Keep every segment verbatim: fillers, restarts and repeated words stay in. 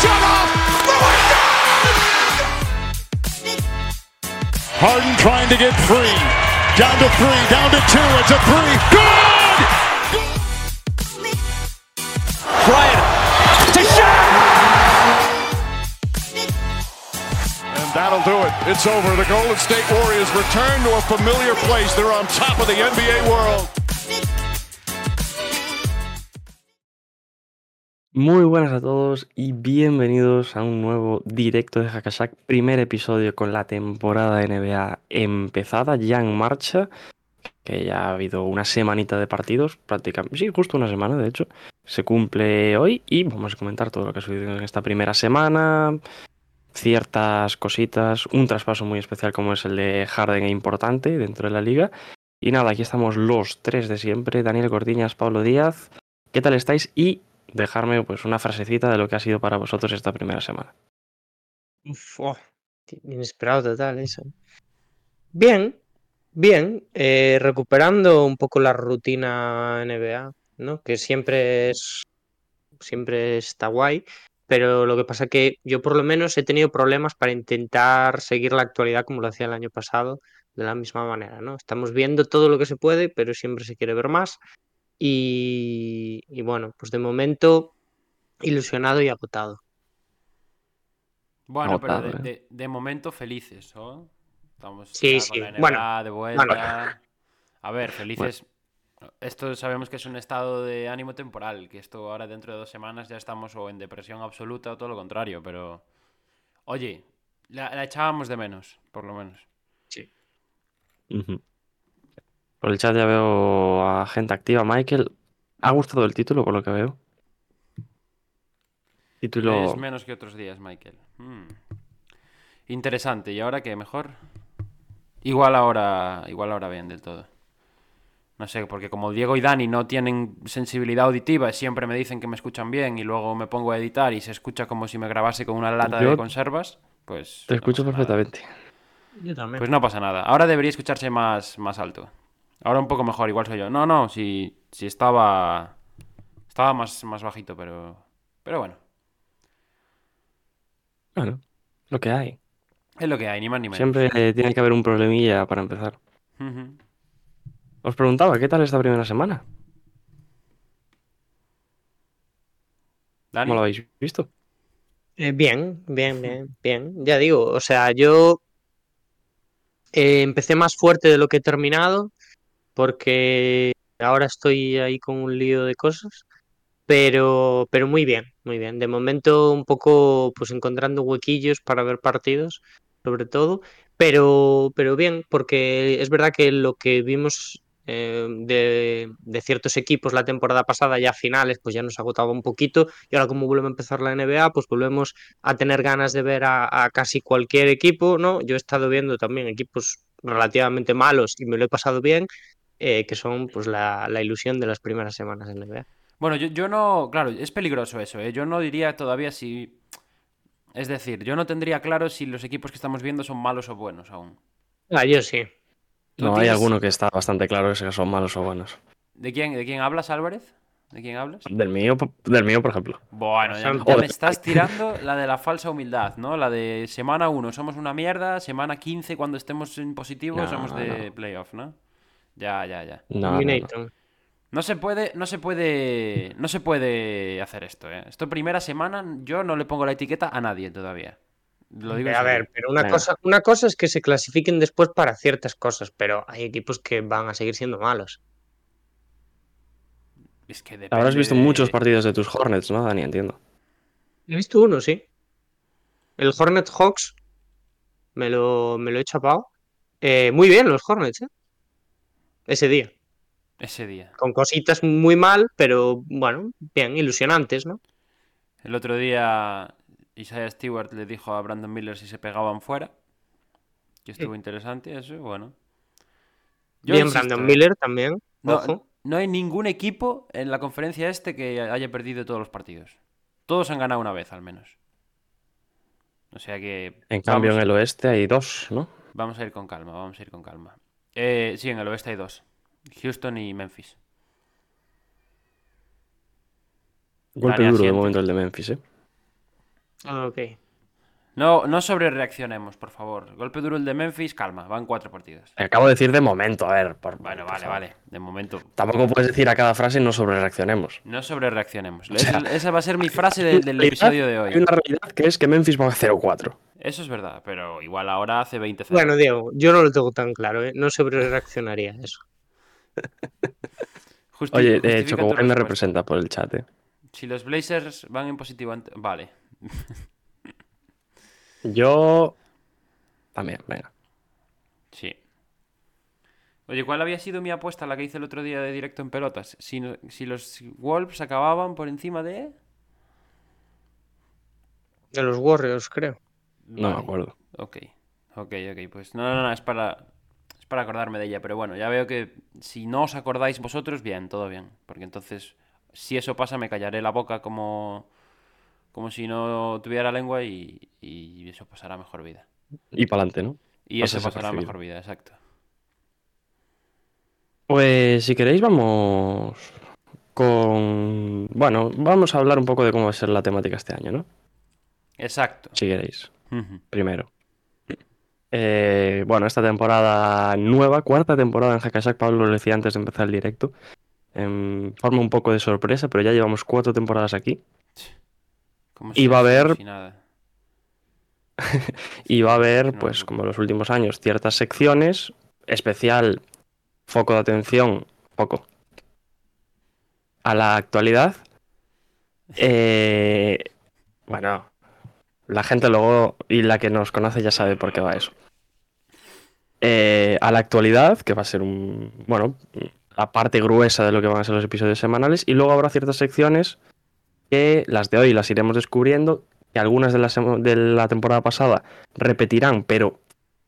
shot off. Harden trying to get free. Down to three, down to two, it's a three. Good! Bryant, it's a shot! And that'll do it. It's over. The Golden State Warriors return to a familiar place. They're on top of the N B A world. Muy buenas a todos y bienvenidos a un nuevo directo de Hackashack, primer episodio con la temporada N B A empezada, ya en marcha, que ya ha habido una semanita de partidos, prácticamente, sí, justo una semana de hecho, se cumple hoy y vamos a comentar todo lo que ha sucedido en esta primera semana, ciertas cositas, un traspaso muy especial como es el de Harden e importante dentro de la liga. Y nada, aquí estamos los tres de siempre, Daniel Cortiñas, Pablo Díaz, ¿qué tal estáis? Y dejarme pues una frasecita de lo que ha sido para vosotros esta primera semana. Uf, oh, inesperado total eso. Bien, bien, eh, recuperando un poco la rutina N B A, ¿no? Que siempre es, siempre está guay, pero lo que pasa que yo por lo menos he tenido problemas para intentar seguir la actualidad como lo hacía el año pasado, de la misma manera, ¿no? Estamos viendo todo lo que se puede, pero siempre se quiere ver más. Y, y bueno, pues de momento ilusionado y agotado. Bueno, pero Agotado, de, ¿eh? de, de momento felices, ¿no? Estamos Sí, ya sí, con la N B A bueno, de vuelta. bueno. A ver, felices. Esto sabemos que es un estado de ánimo temporal, que esto ahora dentro de dos semanas ya estamos o en depresión absoluta o todo lo contrario, pero... Oye, la, la echábamos de menos, por lo menos. Sí. Uh-huh. Por el chat ya veo a gente activa. Michael, ¿ha gustado el título por lo que veo? Título... Es menos que otros días, Michael. Hmm. Interesante. ¿Y ahora qué? ¿Mejor? Igual ahora, igual ahora bien del todo. No sé, porque como Diego y Dani no tienen sensibilidad auditiva, siempre me dicen que me escuchan bien y luego me pongo a editar y se escucha como si me grabase con una lata Yo de conservas, pues te no escucho pasa nada. perfectamente. Yo también. Pues no pasa nada. Ahora debería escucharse más, más alto. Ahora un poco mejor, igual soy yo. No, no, si, si estaba... Estaba más, más bajito, pero... Pero bueno, Bueno, lo que hay. es lo que hay, ni más ni menos. Siempre eh, tiene que haber un problemilla para empezar. Ujú. Os preguntaba, ¿qué tal esta primera semana? ¿Dani? ¿Cómo lo habéis visto? Eh, bien, bien, bien, bien. Ya digo, o sea, yo eh, empecé más fuerte de lo que he terminado, porque ahora estoy ahí con un lío de cosas, pero, pero muy bien, muy bien. De momento un poco pues encontrando huequillos para ver partidos, sobre todo, pero, pero bien, porque es verdad que lo que vimos eh, de, de ciertos equipos la temporada pasada, ya a finales, pues ya nos agotaba un poquito, y ahora como vuelve a empezar la N B A, pues volvemos a tener ganas de ver a, a casi cualquier equipo, ¿no? Yo he estado viendo también equipos relativamente malos y me lo he pasado bien, eh, que son pues la, la ilusión de las primeras semanas de N B A. Bueno, yo, yo no... Claro, es peligroso eso, ¿eh? Yo no diría todavía si... Es decir, yo no tendría claro si los equipos que estamos viendo son malos o buenos aún. Ah, yo sí. ¿Tú No, hay tienes... alguno que está bastante claro que son malos o buenos. ¿De quién, de quién hablas, Álvarez? ¿De quién hablas? Del mío, po- del mío, por ejemplo. Bueno, ya, ejemplo. ya O me de- estás tirando la de la falsa humildad, ¿no? La de semana uno somos una mierda, semana quince cuando estemos en positivo No, somos de no. playoff, ¿no? Ya, ya, ya. No, no, no. Dominator. No se puede, no se puede, no se puede hacer esto, ¿eh? Esto primera semana yo no le pongo la etiqueta a nadie todavía. Lo digo en A serio. ver, pero una Venga. cosa, una cosa es que se clasifiquen después para ciertas cosas, pero hay equipos que van a seguir siendo malos. Es que Habrás depende visto muchos de... partidos de tus Hornets, ¿no, Dani? Entiendo. He visto uno, sí. El Hornet Hawks me lo, me lo he chapado. Eh, muy bien los Hornets, ¿eh? Ese día. Ese día. Con cositas muy mal, pero bueno, bien, ilusionantes, ¿no? El otro día Isaiah Stewart le dijo a Brandon Miller si se pegaban fuera. Que estuvo interesante eso, bueno. Yo Bien, insisto, Brandon ¿eh? Miller también. No, Ojo. no hay ningún equipo en la conferencia este que haya perdido todos los partidos. Todos han ganado una vez, al menos. O sea que En cambio, vamos, en el oeste hay dos, ¿no? vamos a ir con calma, vamos a ir con calma. Eh, sí, en el oeste hay dos. Houston y Memphis. Golpe Dani duro de asiente. momento el de Memphis, ¿eh? Ok. No, no sobre reaccionemos, por favor. Golpe duro el de Memphis, calma, van cuatro partidos. Acabo de decir de momento, a ver. Por, Bueno, por vale, favor. vale. De momento. Tampoco puedes decir a cada frase no sobre reaccionemos. No sobre reaccionemos. O sea, esa va a ser mi frase de- Hay del una episodio de realidad- hoy. Hay una realidad que es que Memphis va a cero cuatro. Eso es verdad, pero igual ahora hace veinte cero. Bueno, Diego, yo no lo tengo tan claro, ¿eh? No sobre reaccionaría a eso. Justi- Oye, eh, justifica tu Chocoboy me respuesta. representa por el chat, eh. Si los Blazers van en positivo ante... Vale. Yo. También, venga. Sí. Oye, ¿cuál había sido mi apuesta, la que hice el otro día de directo en pelotas? Si, no- si los Wolves acababan por encima de... De los Warriors, creo. No me Vale. acuerdo. Ok, ok, ok. Pues no, no, no, es para, es para acordarme de ella. Pero bueno, ya veo que si no os acordáis vosotros, bien, todo bien. Porque entonces, si eso pasa, me callaré la boca como, como si no tuviera lengua y, y eso pasará a mejor vida. Y para adelante, ¿no? Y Pasa eso pasará a desapercibido. mejor vida, exacto. Pues si queréis, vamos con. Bueno, vamos a hablar un poco de cómo va a ser la temática este año, ¿no? Exacto. Si queréis, Ujú. primero. Eh, bueno, esta temporada nueva, cuarta temporada en Hackashack, Pablo lo decía antes de empezar el directo. En forma un poco de sorpresa, pero ya llevamos cuatro temporadas aquí. Como Y si- va a como haber- si nada. Y va a haber, No, pues no. como en los últimos años, ciertas secciones, especial foco de atención, foco, a la actualidad. Eh, bueno, la gente luego, y la que nos conoce ya sabe por qué va eso. Eh, a la actualidad, que va a ser un, bueno, la parte gruesa de lo que van a ser los episodios semanales, y luego habrá ciertas secciones que las de hoy las iremos descubriendo, que algunas de la, sema- de la temporada pasada repetirán, pero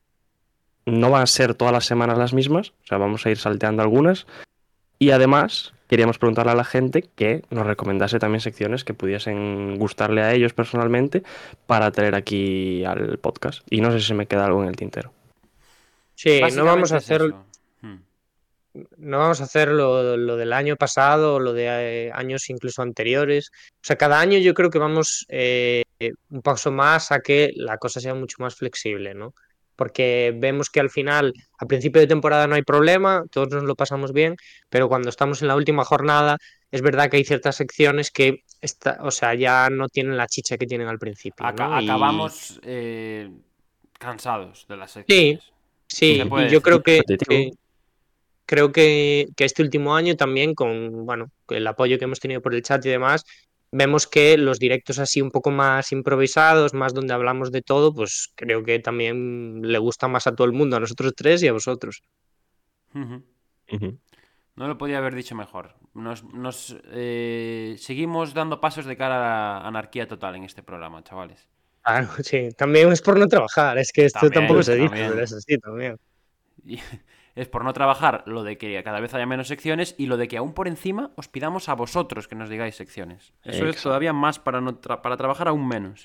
no van a ser todas las semanas las mismas, o sea, vamos a ir salteando algunas. Y además, queríamos preguntarle a la gente que nos recomendase también secciones que pudiesen gustarle a ellos personalmente para traer aquí al podcast. Y no sé si se me queda algo en el tintero. Sí, no vamos Básicamente a es hacer, eso. Hmm. no vamos a hacer lo, lo del año pasado o lo de eh, años incluso anteriores. O sea, cada año yo creo que vamos eh, un paso más a que la cosa sea mucho más flexible, ¿no? Porque vemos que al final, a principio de temporada no hay problema, todos nos lo pasamos bien, pero cuando estamos en la última jornada, es verdad que hay ciertas secciones que está, o sea, ya no tienen la chicha que tienen al principio, Aca- ¿no? Y Acabamos eh, cansados de las sí, secciones. Se sí, puede y yo decir. creo que, Repetitivo. que creo que, que este último año también, con bueno, el apoyo que hemos tenido por el chat y demás, vemos que los directos así un poco más improvisados, más donde hablamos de todo, pues creo que también le gusta más a todo el mundo, a nosotros tres y a vosotros. Ujú. Ujú. No lo podía haber dicho mejor. Nos, nos, eh, seguimos dando pasos de cara a la anarquía total en este programa, chavales. Claro, sí, también es por no trabajar, es que esto También, tampoco se dice, también. pero es así también. Y es por no trabajar lo de que cada vez haya menos secciones y lo de que aún por encima os pidamos a vosotros que nos digáis secciones. Eso es Exacto. todavía más para, no tra- para trabajar aún menos.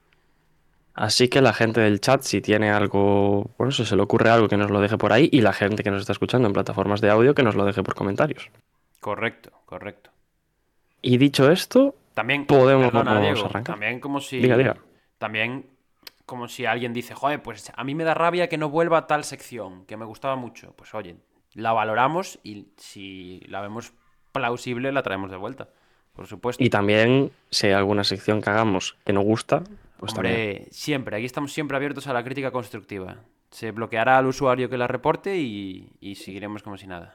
Así que la gente del chat, si tiene algo, por eso se le ocurre algo, que nos lo deje por ahí. Y la gente que nos está escuchando en plataformas de audio, que nos lo deje por comentarios. Correcto, correcto. Y dicho esto, También, podemos perdona, Diego, arrancar. también como si... Diga, diga. También como si alguien dice, joder, pues a mí me da rabia que no vuelva a tal sección, que me gustaba mucho. Pues oye, la valoramos y si la vemos plausible la traemos de vuelta, por supuesto. Y también, si hay alguna sección que hagamos que nos gusta, pues también. Hombre, siempre, aquí estamos siempre abiertos a la crítica constructiva. Se bloqueará al usuario que la reporte y, y seguiremos como si nada.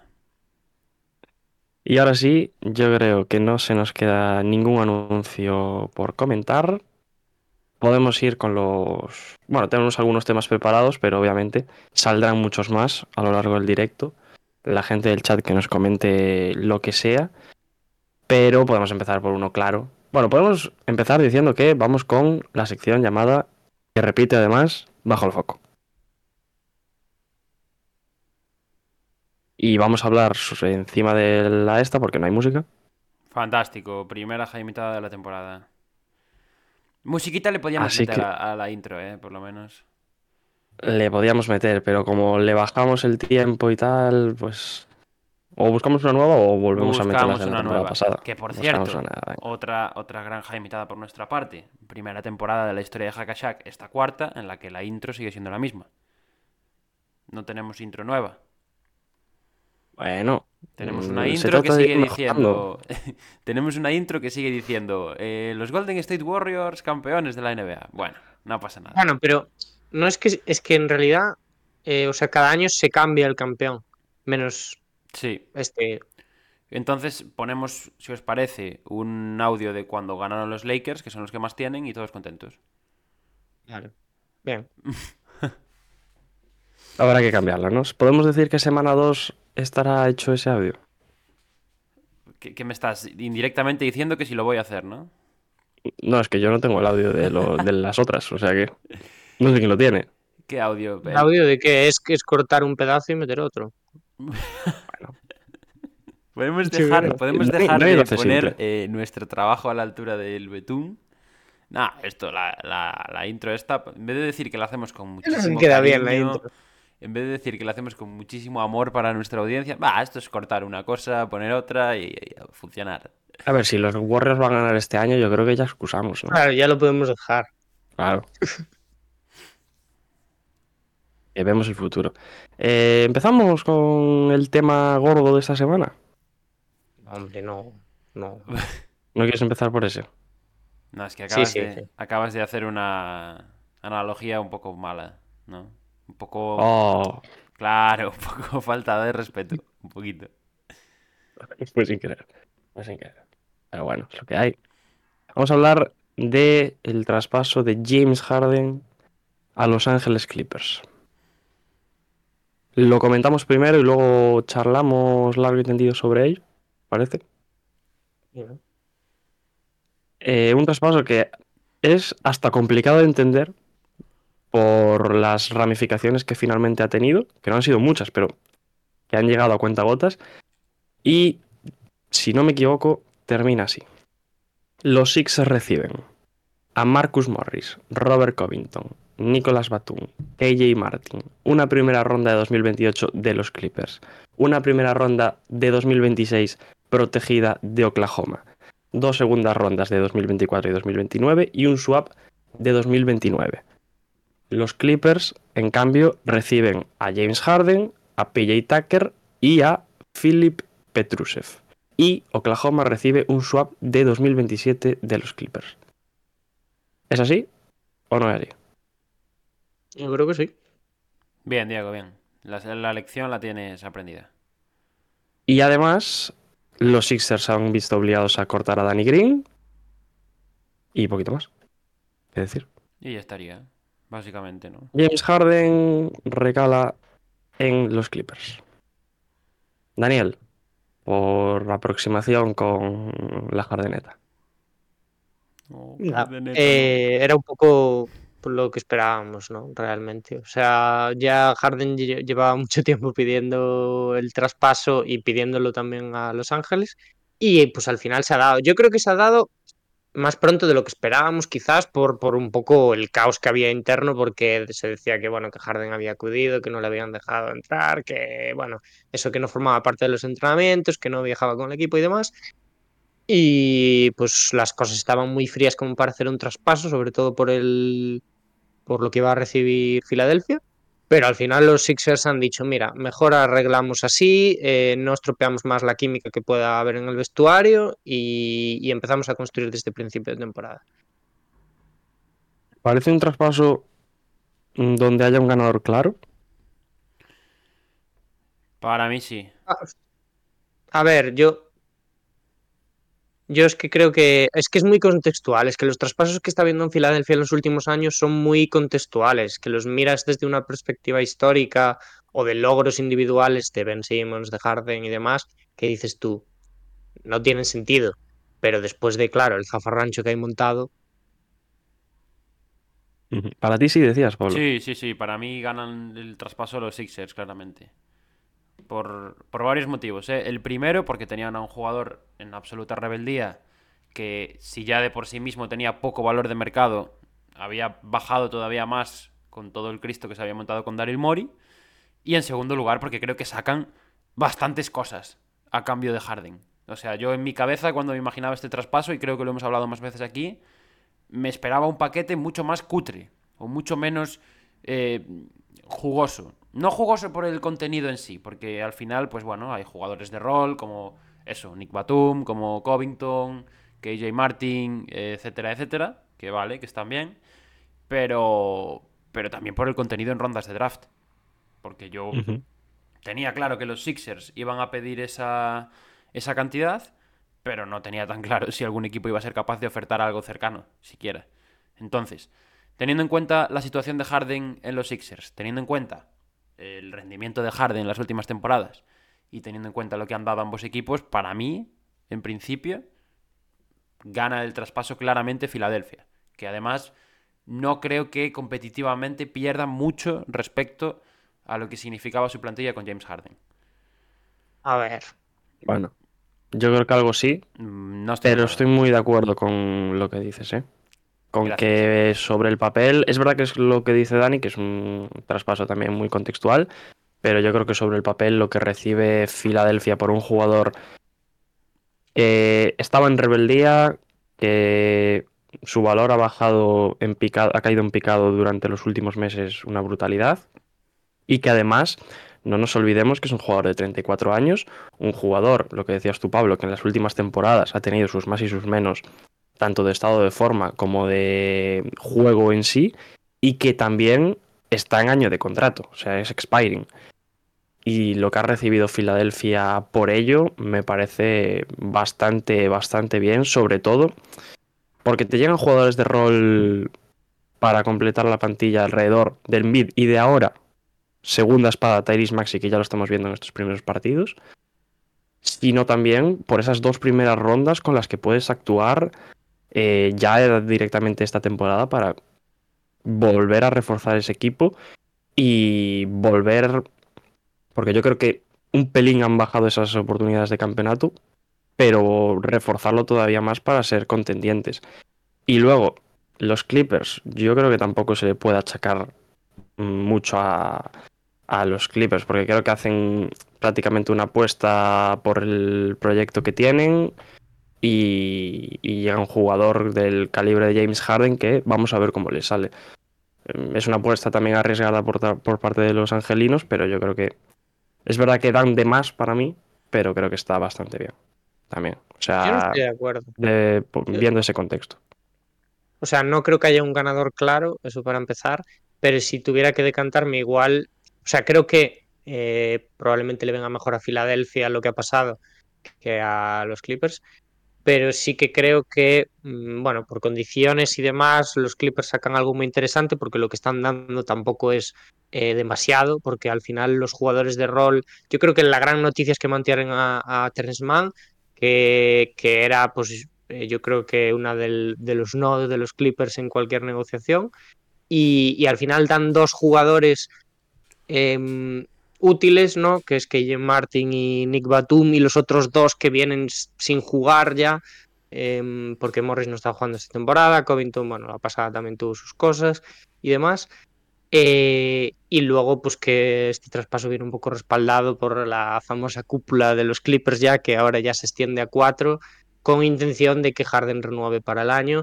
Y ahora sí, yo creo que no se nos queda ningún anuncio por comentar. Podemos ir con los... Bueno, tenemos algunos temas preparados, pero obviamente saldrán muchos más a lo largo del directo. La gente del chat que nos comente lo que sea. Pero podemos empezar por uno claro. Bueno, podemos empezar diciendo que vamos con la sección llamada, que repite además, Bajo el Foco. Y vamos a hablar sobre- encima de la esta porque no hay música. Fantástico, primera jaimitada de la temporada. Musiquita le podíamos Así meter que- a, a la intro, eh, por lo menos. Le podíamos meter, pero como le bajamos el tiempo y tal, pues O buscamos una nueva o volvemos a meterlas Buscamos de la una temporada nueva. pasada. Que por Buscamos cierto, una nueva, venga. otra, otra granja imitada por nuestra parte. Primera temporada de la historia de Hackashack, esta cuarta, en la que la intro sigue siendo la misma. No tenemos intro nueva. Bueno, Tenemos mm, una se intro que trata de sigue ir mejorando. diciendo. Tenemos una intro que sigue diciendo. eh, los Golden State Warriors campeones de la N B A. Bueno, no pasa nada. Bueno, pero no es que es que en realidad, eh, o sea, cada año se cambia el campeón. Menos Sí. este. Entonces ponemos, si os parece, un audio de cuando ganaron los Lakers, que son los que más tienen, y todos contentos. Vale. Bien. Habrá que cambiarla, ¿no? ¿Podemos decir que semana dos estará hecho ese audio? Que, que me estás indirectamente diciendo que si lo voy a hacer, ¿no? No, es que yo no tengo el audio de, lo, de las otras, o sea que no sé quién lo tiene. ¿Qué audio? ¿El audio de qué? Es que es cortar un pedazo y meter otro. Podemos Sí, dejar, bueno. podemos Nadie- dejar nadie lo de hace poner simple. eh, nuestro trabajo a la altura del betún. Nah, esto, la, la, la intro esta, en vez de decir que la hacemos con muchísimo Queda cariño, bien la intro. en vez de decir que la hacemos con muchísimo amor para nuestra audiencia, va, esto es cortar una cosa, poner otra y, y a funcionar. A ver, si los Warriors van a ganar este año, yo creo que ya excusamos, ¿no? Claro, ya lo podemos dejar. Claro. Que vemos el futuro. Eh, Empezamos con el tema gordo de esta semana. Hombre, no. No. ¿No quieres empezar por ese? No, es que Sí, acabas, sí, de, sí. acabas de hacer una analogía un poco mala, ¿no? Un poco... Oh, Claro, un poco falta de respeto, un poquito. fue sin querer. Fue sin querer. Pero bueno, es lo que hay. Vamos a hablar de el traspaso de James Harden a Los Ángeles Clippers. Lo comentamos primero y luego charlamos largo y tendido sobre ello, ¿parece? Eh, un traspaso que es hasta complicado de entender por las ramificaciones que finalmente ha tenido, que no han sido muchas, pero que han llegado a cuentagotas. Y, si no me equivoco, termina así. Los Sixers reciben a Marcus Morris, Robert Covington, Nicolas Batum, K J Martin, una primera ronda de dos mil veintiocho de los Clippers, una primera ronda de dos mil veintiséis protegida de Oklahoma, dos segundas rondas de dos mil veinticuatro y dos mil veintinueve y un swap de dos mil veintinueve. Los Clippers, en cambio, reciben a James Harden, a P J Tucker y a Philip Petrusev. Y Oklahoma recibe un swap de dos mil veintisiete de los Clippers. ¿Es así o no es así? Yo creo que sí. Bien, Diego, bien. La, la lección la tienes aprendida. Y además, los Sixers se han visto obligados a cortar a Danny Green y poquito más. ¿Qué decir? Y ya estaría, básicamente, ¿no? James Harden recala en los Clippers. Daniel, por aproximación con la Hardeneta. Oh, Nada, Hardeneta, eh, era un poco lo que esperábamos, ¿no? Realmente. O sea, ya Harden lle- llevaba mucho tiempo pidiendo el traspaso y pidiéndolo también a Los Ángeles. Y pues al final se ha dado. Yo creo que se ha dado más pronto de lo que esperábamos, quizás por, por un poco el caos que había interno, porque se decía que, bueno, que Harden había acudido, que no le habían dejado entrar, que, bueno, eso que no formaba parte de los entrenamientos, que no viajaba con el equipo y demás. Y pues las cosas estaban muy frías como para hacer un traspaso, sobre todo por el por lo que iba a recibir Filadelfia. Pero al final los Sixers han dicho, mira, mejor arreglamos así, eh, no estropeamos más la química que pueda haber en el vestuario y, y empezamos a construir desde principio de temporada. Parece un traspaso mm, donde haya un ganador claro. Para mí sí. A ver, yo Yo es que creo que es que es muy contextual, es que los traspasos que está viendo en Filadelfia en los últimos años son muy contextuales, que los miras desde una perspectiva histórica o de logros individuales de Ben Simmons, de Harden y demás, que dices tú, no tienen sentido. Pero después de, claro, el zafarrancho que hay montado, Ujú. Para ti sí decías, Pablo. Sí, sí, sí. Para mí ganan el traspaso los Sixers, claramente. Por, por varios motivos, ¿eh? El primero, porque tenían a un jugador en absoluta rebeldía que, si ya de por sí mismo tenía poco valor de mercado, había bajado todavía más con todo el Cristo que se había montado con Daryl Morey. Y en segundo lugar, porque creo que sacan bastantes cosas a cambio de Harden. O sea, yo en mi cabeza, cuando me imaginaba este traspaso, y creo que lo hemos hablado más veces aquí, me esperaba un paquete mucho más cutre, o mucho menos eh, jugoso. No jugoso por el contenido en sí, porque al final, pues bueno, hay jugadores de rol como eso, Nick Batum, como Covington, K J Martin, etcétera, etcétera, que vale, que están bien, pero, pero también por el contenido en rondas de draft. Porque yo Ujú. tenía claro que los Sixers iban a pedir esa, esa cantidad, pero no tenía tan claro si algún equipo iba a ser capaz de ofertar algo cercano, siquiera. Entonces, teniendo en cuenta la situación de Harden en los Sixers, teniendo en cuenta el rendimiento de Harden en las últimas temporadas y teniendo en cuenta lo que han dado ambos equipos, para mí, en principio, gana el traspaso claramente Filadelfia, que además no creo que competitivamente pierda mucho respecto a lo que significaba su plantilla con James Harden. A ver. Bueno, yo creo que algo sí, Mm, No estoy de pero acuerdo. estoy muy de acuerdo con lo que dices, ¿eh? Con Gracias. que sobre el papel, es verdad que es lo que dice Dani, que es un traspaso también muy contextual, pero yo creo que sobre el papel lo que recibe Filadelfia por un jugador que estaba en rebeldía, que su valor ha bajado en picado, ha caído en picado durante los últimos meses una brutalidad, y que además no nos olvidemos que es un jugador de treinta y cuatro años, un jugador, lo que decías tú, Pablo, que en las últimas temporadas ha tenido sus más y sus menos, tanto de estado de forma como de juego en sí, y que también está en año de contrato, o sea, es expiring. Y lo que ha recibido Filadelfia por ello me parece bastante, bastante bien, sobre todo porque te llegan jugadores de rol para completar la plantilla alrededor del mid y de ahora, segunda espada Tyrese Maxey, que ya lo estamos viendo en estos primeros partidos, sino también por esas dos primeras rondas con las que puedes actuar eh, ya directamente esta temporada para volver a reforzar ese equipo y volver, porque yo creo que un pelín han bajado esas oportunidades de campeonato, pero reforzarlo todavía más para ser contendientes. Y luego, los Clippers, yo creo que tampoco se le puede achacar mucho a, a los Clippers, porque creo que hacen prácticamente una apuesta por el proyecto que tienen y, y llega un jugador del calibre de James Harden que vamos a ver cómo le sale. Es una apuesta también arriesgada por, por parte de los angelinos, pero yo creo que es verdad que dan de más para mí, pero creo que está bastante bien también. O Yo no sea, estoy de acuerdo. de, Yo- viendo ese contexto. o sea, no creo que haya un ganador claro, eso para empezar, pero si tuviera que decantarme igual, o sea, creo que eh, probablemente le venga mejor a Filadelfia lo que ha pasado que a los Clippers, pero sí que creo que, mm, bueno, por condiciones y demás, los Clippers sacan algo muy interesante porque lo que están dando tampoco es eh, demasiado, porque al final los jugadores de rol, yo creo que la gran noticia es que mantienen a, a Terrence Mann, que, que era, pues, eh, yo creo que una del, de los nodos de los Clippers en cualquier negociación, y, y al final dan dos jugadores eh, útiles, ¿no? Que es K J Martin y Nick Batum, y los otros dos que vienen sin jugar ya, eh, porque Morris no está jugando esta temporada, Covington, bueno, la pasada también tuvo sus cosas y demás. Eh, y luego, pues que este traspaso viene un poco respaldado por la famosa cúpula de los Clippers ya, que ahora ya se extiende a cuatro, con intención de que Harden renueve para el año.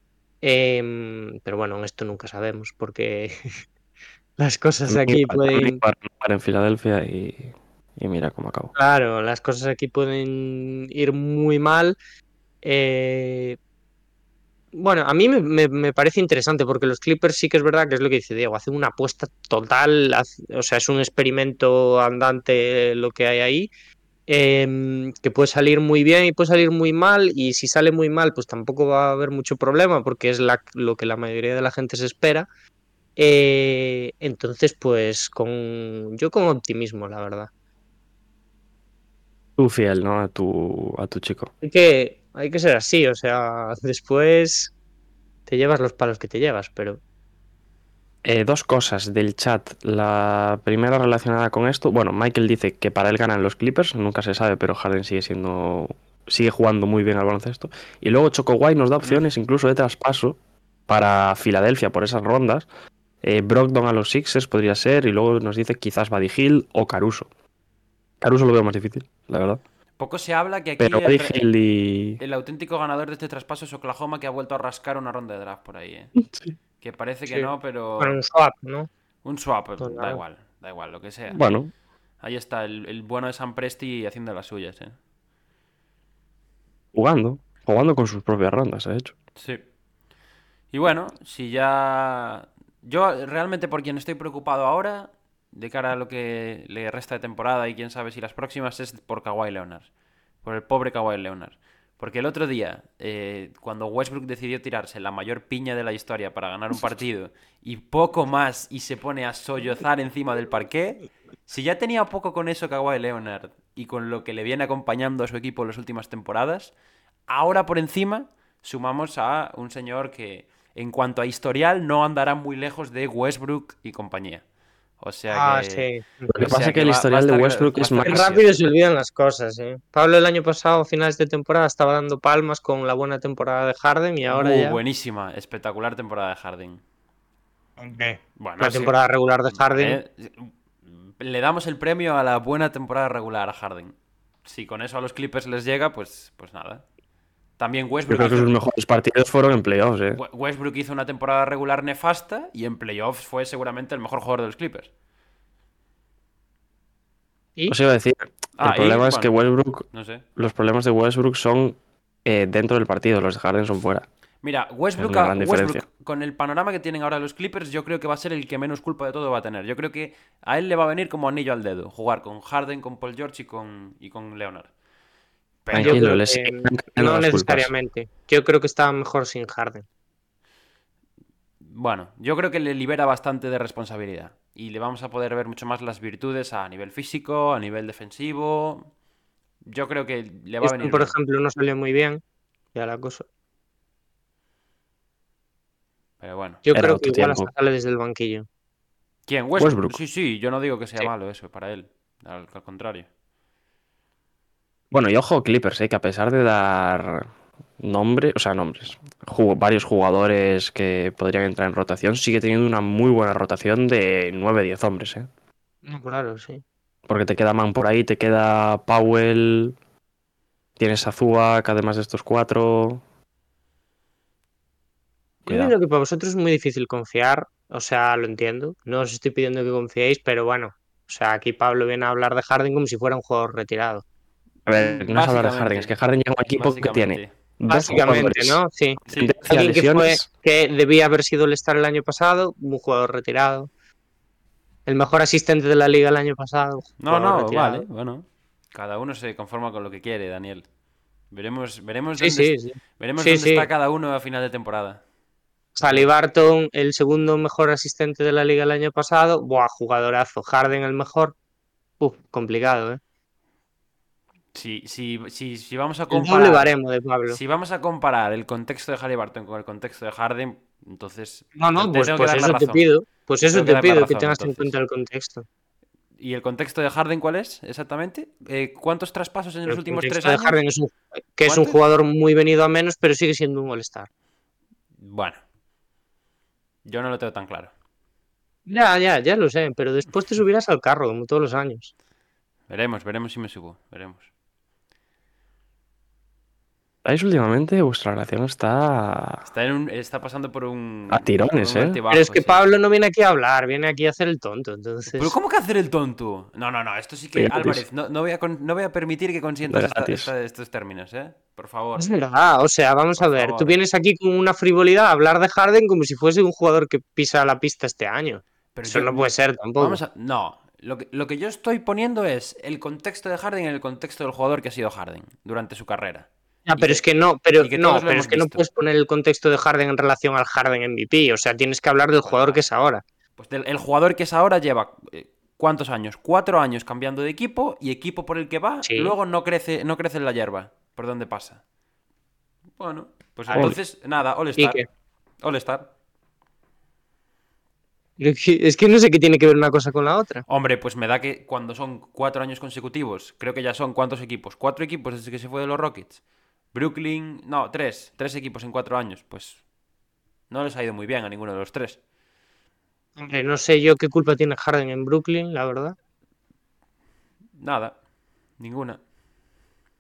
Eh, pero bueno, en esto nunca sabemos, porque las A cosas mí, aquí para mí, pueden. para renovar en Filadelfia y, y mira cómo acabó. Claro, las cosas aquí pueden ir muy mal. Eh, bueno, a mí me, me- me parece interesante porque los Clippers sí que es verdad que es lo que dice Diego, hacen una apuesta total, haz- o sea, es un experimento andante lo que hay ahí, em, que puede salir muy bien y puede salir muy mal, y si sale muy mal, pues tampoco va a haber mucho problema porque es la- lo que la mayoría de la gente se espera. Eh, entonces, pues con yo con optimismo, la verdad. Tú fiel, ¿no? A tu, a tu chico. Hay que, hay que ser así, o sea, después te llevas los palos que te llevas, pero Eh, dos cosas del chat. La primera relacionada con esto. Bueno, Michael dice que para él ganan los Clippers. Nunca se sabe, pero Harden sigue siendo. Sigue jugando muy bien al baloncesto. Y luego Choco White nos da opciones incluso de traspaso para Filadelfia por esas rondas. Eh, Brogdon a los Sixers podría ser. Y luego nos dice quizás Buddy Hield o Caruso. Caruso lo veo más difícil, la verdad. Poco se habla que aquí Pero el, Buddy re- Hield y... el auténtico ganador de este traspaso es Oklahoma, que ha vuelto a rascar una ronda de draft por ahí, ¿eh? Sí. Que parece que Sí. no, Bueno, pero un swap, ¿no? un swap, Pues da nada. igual, da igual, lo que sea. Bueno, Ahí está el, el bueno de Sam Presti haciendo las suyas, ¿eh? jugando. Jugando con sus propias rondas, de hecho. Sí. Y bueno, si ya... Yo realmente por quien estoy preocupado ahora, de cara a lo que le resta de temporada y quién sabe si las próximas, es por Kawhi Leonard. Por el pobre Kawhi Leonard. Porque el otro día, eh, cuando Westbrook decidió tirarse la mayor piña de la historia para ganar un partido y poco más y se pone a sollozar encima del parqué, si ya tenía poco con eso Kawhi Leonard y con lo que le viene acompañando a su equipo en las últimas temporadas, ahora por encima sumamos a un señor que en cuanto a historial no andará muy lejos de Westbrook y compañía. O sea Ah, que... sí. Lo que o pasa sea es que el va- va a historial de estar- Westbrook va a es estar Qué más... gracioso. rápido se olvidan las cosas, ¿eh? Pablo el año pasado, a finales de temporada, estaba dando palmas con la buena temporada de Harden y ahora Uh, ya... buenísima, espectacular temporada de Harden. Bueno, La sí. temporada regular de Harden... Eh, le damos el premio a la buena temporada regular a Harden. Si con eso a los Clippers les llega, pues, pues nada. También Yo Westbrook creo que hizo, sus mejores partidos fueron en playoffs, ¿eh? We- Westbrook hizo una temporada regular nefasta y en playoffs fue seguramente el mejor jugador de los Clippers. ¿Y? Os iba a decir, Ah, el problema y, es que bueno, Westbrook, no sé. los problemas de Westbrook son eh, dentro del partido, los de Harden son fuera. Mira, Es Westbrook, una a- gran Westbrook, diferencia. con el panorama que tienen ahora los Clippers, yo creo que va a ser el que menos culpa de todo va a tener. Yo creo que a él le va a venir como anillo al dedo jugar con Harden, con Paul George y con, y con Leonard. Pero, Yo Tranquilo, creo les que siguen cayendo no las culpas. necesariamente. Yo creo que estaba mejor sin Harden. bueno, yo creo que le libera bastante de responsabilidad. Y le vamos a poder ver mucho más las virtudes a nivel físico, a nivel defensivo. Yo creo que le va a Esto, venir por bien. ejemplo, no salió muy bien. Ya la cosa. Pero bueno. Yo Era creo que otro igual tiempo. hasta sale desde el banquillo. ¿Quién? Westbrook. Westbrook. Sí, sí, yo no digo que sea Sí. malo eso para él. Al, al contrario. Bueno, y ojo Clippers, ¿eh? Que a pesar de dar nombres, o sea, nombres, ju- varios jugadores que podrían entrar en rotación, sigue teniendo una muy buena rotación de nueve diez hombres, ¿eh? No, claro, sí. Porque te queda Man por ahí, te queda Powell, tienes a Zubac, además de estos cuatro. Yo Cuidado. entiendo que para vosotros es muy difícil confiar. O sea, lo entiendo. No os estoy pidiendo que confiéis, pero bueno. O sea, aquí Pablo viene a hablar de Harden como si fuera un jugador retirado. A ver, no es hablar de Básicamente. Harden, es que Harden llega a un equipo que tiene Básicamente. dos Básicamente, jugadores ¿no? Sí. Sí. tendencia a Alguien que fue, lesiones. que debía haber sido el Star el año pasado, un jugador retirado. El mejor asistente de la liga el año pasado, No, jugador no, retirado. vale, bueno. Cada uno se conforma con lo que quiere, Daniel. Veremos, veremos Sí, dónde, sí, est- sí. veremos Sí, dónde sí. está cada uno a final de temporada. Barton, el segundo mejor asistente de la liga el año pasado. Buah, jugadorazo. Harden, el mejor. Uf, complicado, ¿eh? Si, si, si, si vamos a El doble comparar, baremo de Pablo. si vamos a comparar el contexto de Halliburton con el contexto de Harden, entonces No, no, te pues, tengo que pues dar la eso te razón. pido. Pues Te eso tengo que te dar la pido, que razón, tengas en entonces. cuenta el contexto. ¿Y el contexto de Harden cuál es exactamente? Eh, ¿Cuántos traspasos en los El últimos tres contexto de años? Harden es un, que es un ¿Cuántos? jugador muy venido a menos, pero sigue siendo un All-Star. Bueno, yo no lo tengo tan claro. Ya, ya, ya lo sé, pero después te subirás al carro, como todos los años. Veremos, veremos si me subo. Veremos. ¿Veis últimamente? Vuestra relación está Está, en un- está pasando por un. a tirones, por un ¿eh? altibajo, Pero es que sí. Pablo no viene aquí a hablar, viene aquí a hacer el tonto, entonces... ¿Pero cómo que hacer el tonto? No, no, no, esto sí que, De gratis. Álvarez, no, no voy a con- no voy a permitir que consientas De esta- gratis. esta- estos términos, ¿eh? Por favor. Es verdad, o sea, vamos Por a ver, favor. tú vienes aquí con una frivolidad a hablar de Harden como si fuese un jugador que pisa la pista este año. Pero Eso yo- no puede ser tampoco. Vamos a... No, lo que, lo que yo estoy poniendo es el contexto de Harden en el contexto del jugador que ha sido Harden durante su carrera. Ya, y pero que- es que no, pero y que no, todos lo pero hemos es que no visto. puedes poner el contexto de Harden en relación al Harden M V P, o sea, tienes que hablar del Pues jugador vale. que es ahora. Pues del- el jugador que es ahora lleva... eh, ¿Cuántos años? Cuatro años cambiando de equipo y equipo por el que va, Sí. luego no crece, no crece en la hierba. ¿Por dónde pasa? Bueno, pues Vale. entonces, nada, All ¿Y Star. qué? All Star. Es que no sé qué tiene que ver una cosa con la otra. Hombre, pues me da que cuando son cuatro años consecutivos, creo que ya son ¿cuántos equipos? Cuatro equipos desde que se fue de los Rockets. Brooklyn, no, tres, tres equipos en cuatro años, pues no les ha ido muy bien a ninguno de los tres. Hombre, no sé yo qué culpa tiene Harden en Brooklyn, la verdad. Nada, ninguna.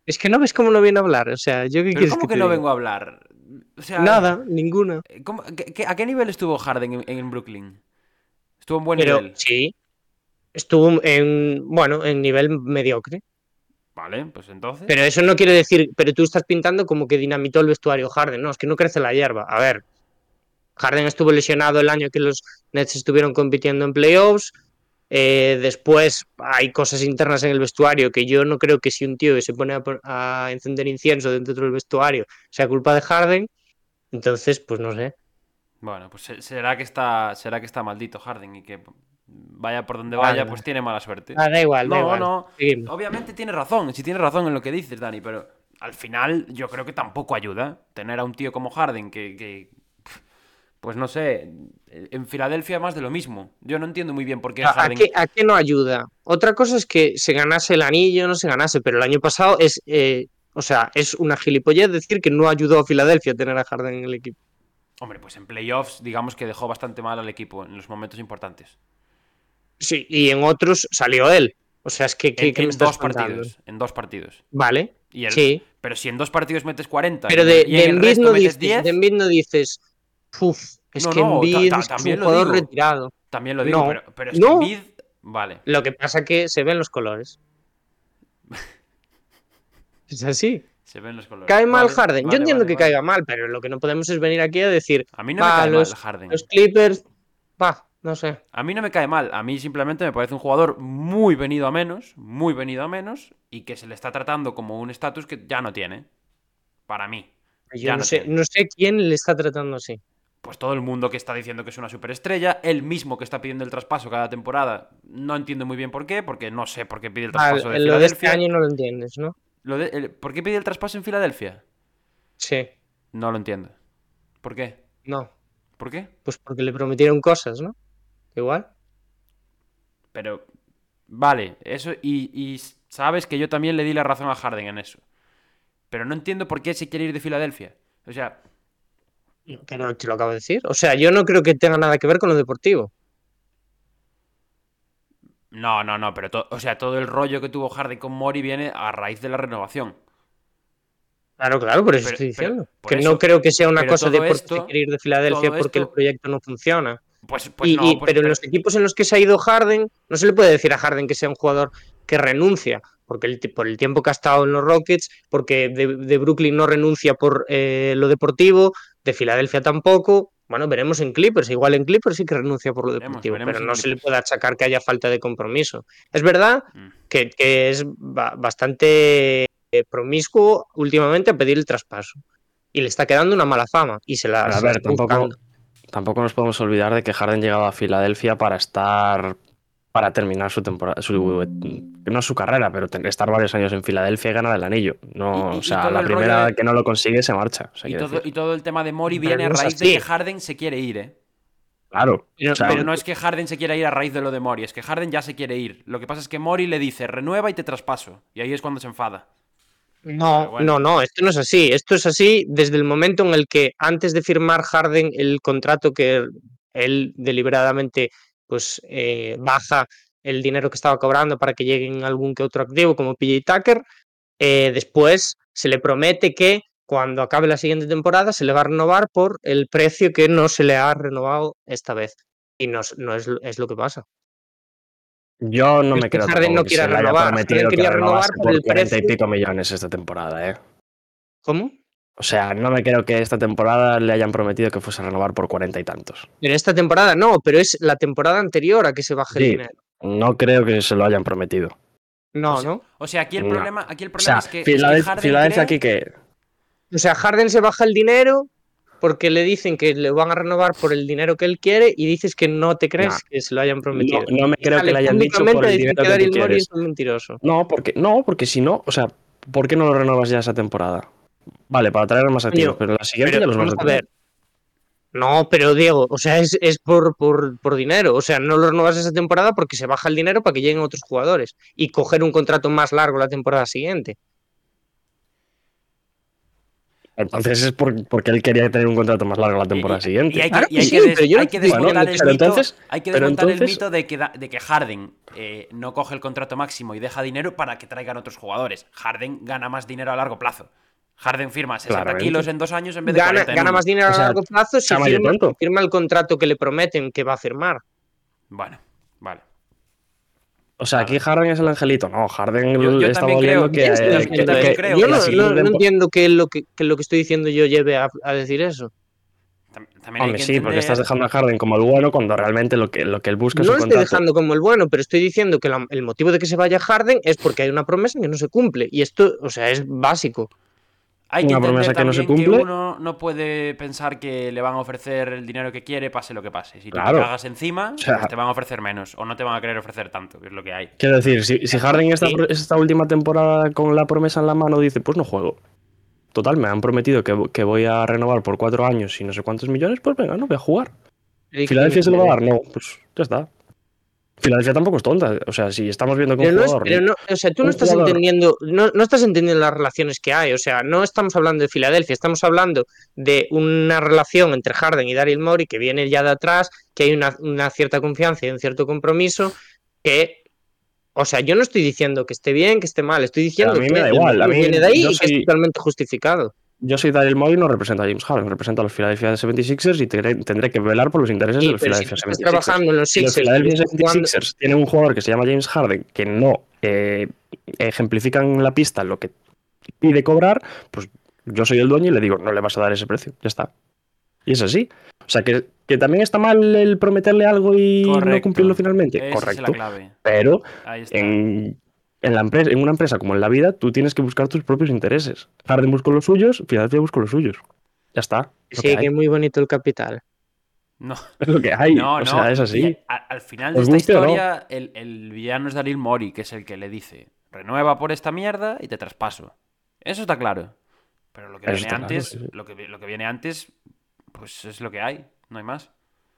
Es que no ves cómo no viene a hablar. O sea, ¿yo qué Pero quieres ¿cómo que que te no diga? vengo a hablar? O sea, Nada, ninguna. ¿cómo- qué- qué- ¿a qué nivel estuvo Harden en, en Brooklyn? Estuvo en buen Pero nivel. sí, estuvo en, bueno, en nivel mediocre. Vale, pues Pero entonces. eso no quiere decir, pero tú estás pintando como que dinamitó el vestuario Harden. No, es que no crece la hierba. A ver, Harden estuvo lesionado el año que los Nets estuvieron compitiendo en playoffs. Eh, después hay cosas internas en el vestuario que yo no creo que si un tío que se pone a, a encender incienso dentro del vestuario sea culpa de Harden. Entonces, pues no sé. Bueno, pues se- será que está, será que está maldito Harden y que vaya por donde vaya, Vale, pues tiene mala suerte. ah, da igual, da No, igual. no. Seguimos. Obviamente tiene razón, si tiene razón en lo que dices, Dani, pero al final yo creo que tampoco ayuda tener a un tío como Harden que, que, pues no sé, en Filadelfia más de lo mismo. Yo no entiendo muy bien por qué ¿A, a Harden. qué, ¿A qué no ayuda? Otra cosa es que se ganase el anillo o no se ganase, pero el año pasado es, eh, o sea, es una gilipollez decir que no ayudó a Filadelfia a tener a Harden en el equipo. Hombre, pues en playoffs, digamos que dejó bastante mal al equipo en los momentos importantes. Sí, y en otros salió él. O sea, es que, En, ¿qué, qué me en estás dos contando? partidos. En dos partidos. Vale, Y el, sí. pero si en dos partidos metes cuarenta y Pero en de, el, y de en el Embiid resto no metes dices, de diez. Embiid no dices, "Uf, es No, que no, ta- Embiid ta- es un también lo jugador digo. retirado". También lo digo, No, pero, pero es que no. Embiid. Vale. Lo que pasa que se ven los colores. Es así. Se ven los colores. Cae mal Vale, Harden. Yo vale, entiendo vale, que vale. caiga mal, pero lo que no podemos es venir aquí a decir, A mí no me va, cae mal los, Harden. los Clippers, va, no sé. A mí no me cae mal. A mí simplemente me parece un jugador muy venido a menos. Muy venido a menos. Y que se le está tratando como un estatus que ya no tiene. Para mí. Yo Ya no no sé, tiene. no sé quién le está tratando así. Pues todo el mundo que está diciendo que es una superestrella, él mismo que está pidiendo el traspaso cada temporada, no entiendo muy bien por qué, porque no sé por qué pide el Vale, traspaso de lo de este Filadelfia. año no lo entiendes, ¿no? Lo de- el- ¿Por qué pide el traspaso en Filadelfia? Sí, No lo entiendo. ¿Por qué? no. ¿Por qué? Pues porque le prometieron cosas, ¿no? Igual. Pero, vale, eso, y, y sabes que yo también le di la razón a Harden en eso. Pero no entiendo por qué se quiere ir de Filadelfia. O sea, Pero te lo acabo de decir. O sea, yo no creo que tenga nada que ver con lo deportivo. no, no, no, pero to- o sea, todo el rollo que tuvo Harden con Mori viene a raíz de la renovación. Claro, claro, por eso Pero, estoy pero, diciendo. por Que no eso. creo que sea una Pero cosa de todo porque se esto, quiere ir de Filadelfia todo porque el esto, proyecto no funciona. pues, pues Y, no, y- pues, pero en pero, los equipos en los que se ha ido Harden, no se le puede decir a Harden que sea un jugador que renuncia, porque el, ti- por el tiempo que ha estado en los Rockets, porque de, de Brooklyn no renuncia por eh, lo deportivo, de Filadelfia tampoco. Bueno, veremos en Clippers. Igual en Clippers sí que renuncia por lo veremos, deportivo, veremos pero en no se le Clippers. puede achacar que haya falta de compromiso. Es verdad Mm. que, que es ba- bastante eh, promiscuo últimamente a pedir el traspaso. Y le está quedando una mala fama y se la, Pero a se la ver, está buscando. tampoco, tampoco nos podemos olvidar de que Harden llegaba a Filadelfia para estar, para terminar su temporada, su, no su carrera, pero ten- estar varios años en Filadelfia y ganar el anillo. No, Y, y- o y sea, todo la el rollo primera de- que no lo consigue se marcha. O sea, y quiero todo, decir. y todo el tema de Mori Pero viene a no es raíz de así. que Harden se quiere ir, ¿eh? Claro. Pero- O sea, No, pero- no es que Harden se quiera ir a raíz de lo de Mori, es que Harden ya se quiere ir. Lo que pasa es que Mori le dice, renueva y te traspaso. Y ahí es cuando se enfada. No, Pero bueno. no, no, esto no es así. Esto es así desde el momento en el que antes de firmar Harden el contrato que él deliberadamente pues eh, baja el dinero que estaba cobrando para que lleguen algún que otro activo como P J Tucker, eh, después se le promete que cuando acabe la siguiente temporada se le va a renovar por el precio que no se le ha renovado esta vez. Y no, es- no es, es lo que pasa. yo no Es me que creo Harden tampoco no que quiera se le haya renovar. Harden prometido que quería renovar renovase por por el cuarenta y precio. pico millones esta temporada, ¿eh? ¿Cómo? O sea, no me creo que esta temporada le hayan prometido que fuese a renovar por cuarenta y tantos. En esta temporada no, pero es la temporada anterior a que se baje el Sí, dinero. no creo que se lo hayan prometido. O No, sea, ¿no? o sea, aquí el No. problema, aquí el O problema sea, es que, es que Filadelfia, Harden Filadelfia cree- aquí que... O sea, Harden se baja el dinero porque le dicen que le van a renovar por el dinero que él quiere y dices que no te crees Nah, que se lo hayan no, prometido. no me Y creo que sale le hayan dicho públicamente por a el decir dinero que que tú Daryl Morey quieres. es un mentiroso. No, porque, no, porque si no, o sea, ¿por qué no lo renovas ya esa temporada? Vale, para traer más activos, Coño, pero la siguiente pero ya los vas vamos a a tener. ver. No, pero Diego, o sea, es, es por, por, por dinero. O sea, no lo renovas esa temporada porque se baja el dinero para que lleguen otros jugadores y coger un contrato más largo la temporada siguiente. Entonces es por, porque él quería tener un contrato más largo la temporada Y- siguiente. Y hay que, Claro y hay que que sí, des- pero yo hay no que estoy desmontar diciendo- el pero mito, entonces- hay que pero desmontar el entonces- mito de que, da- de que Harden eh, no coge el contrato máximo y deja dinero para que traigan otros jugadores. Harden gana más dinero a largo plazo. Harden firma sesenta Claramente. kilos en dos años en vez de Gana, cuarenta en gana uno. más dinero O sea, a largo plazo si chama, yo firma, tonto. si firma el contrato que le prometen que va a firmar. Bueno, vale. O sea, aquí Harden es el angelito. No, Harden Yo- yo estaba también oliendo creo- que, yo eh, también que- creo que- creo yo que la no, siguiente no- no tempo- entiendo que lo que, que lo que estoy diciendo yo lleve a, a decir eso. Tam- También hay Hombre, que sí, porque entender- estás dejando a Harden como el bueno cuando realmente lo que, lo que él busca es No un lo estoy contrato. dejando como el bueno, pero estoy diciendo que la- el motivo de que se vaya Harden es porque hay una promesa que no se cumple. Y esto, o sea, es básico. Hay que una entender promesa que no se también cumple. uno no puede pensar que le van a ofrecer el dinero que quiere, pase lo que pase. Si tú Claro. te cagas encima, O sea- pues te van a ofrecer menos. O no te van a querer ofrecer tanto, que es lo que hay. Quiero decir, si, si Harden esta, Sí. esta última temporada con la promesa en la mano dice, pues no juego. Total, me han prometido que, que voy a renovar por cuatro años y no sé cuántos millones, pues venga, no voy a jugar. ¿Filadelfia se lo va a dar? No, pues ya está. Filadelfia tampoco es tonta. O sea, si estamos viendo que Pero un no, es- jugador... pero no, o sea, tú no un estás jugador- entendiendo, no, no estás entendiendo las relaciones que hay. O sea, no estamos hablando de Filadelfia, estamos hablando de una relación entre Harden y Daryl Morey que viene ya de atrás, que hay una, una cierta confianza y un cierto compromiso que, o sea, yo no estoy diciendo que esté bien, que esté mal, estoy diciendo a mí que me da el igual, a motivo mí- viene de ahí yo y que soy- es totalmente justificado. Yo soy Daryl Morey y no represento a James Harden, represento a los Philadelphia setenta y seis ers y tendré, tendré que velar por los intereses Sí, de los pero si Philadelphia tú estás setenta y seis ers. trabajando en los Si los Sixers, Philadelphia y estás setenta y seis ers tienen un jugador que se llama James Harden que no eh, ejemplifica en la pista lo que pide cobrar, pues yo soy el dueño y le digo, no le vas a dar ese precio, ya está. Y es así. O sea, que, que también está mal el prometerle algo y no Correcto. cumplirlo finalmente. Esa es Correcto. la clave. Pero Ahí está. en, en, la empresa, en una empresa como en la vida, tú tienes que buscar tus propios intereses. Harden buscó los suyos, Philadelphia buscó los suyos. Ya está. Lo Sí, que que hay. muy bonito el capital. No, Es lo que hay. no, o no. sea, es y así. a- al final de Os esta guste o no. historia, el, el villano es Daryl Morey, que es el que le dice: renueva por esta mierda y te traspaso. Eso está claro. Pero lo que Eso viene está claro, antes, sí, sí. Lo, que, lo que viene antes, pues es lo que hay. No hay más.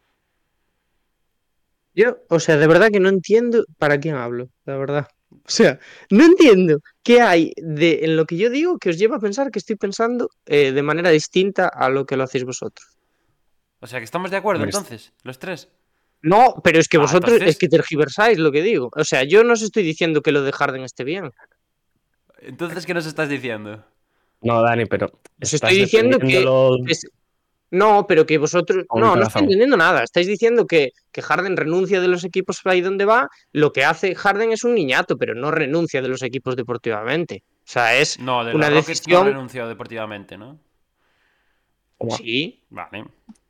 Yo, o sea, de verdad que no entiendo para quién hablo, la verdad. O sea, no entiendo qué hay de, en lo que yo digo que os lleva a pensar que estoy pensando eh, de manera distinta a lo que lo hacéis vosotros. O sea, que estamos de acuerdo Hombre, es- entonces, los tres. No, pero es que Ah, vosotros entonces- es que tergiversáis lo que digo. O sea, yo no os estoy diciendo que lo de Harden esté bien. Entonces, ¿qué nos estás diciendo? No, Dani, pero. Os estás estoy diciendo que defendiéndolo- es- No, pero que vosotros... Con No, no corazón. estoy entendiendo nada. Estáis diciendo que, que Harden renuncia de los equipos ahí donde va. Lo que hace Harden es un niñato, pero no renuncia de los equipos deportivamente. O sea, es No, de una los Rockets decisión... no renunció deportivamente, ¿no? Sí, Vale.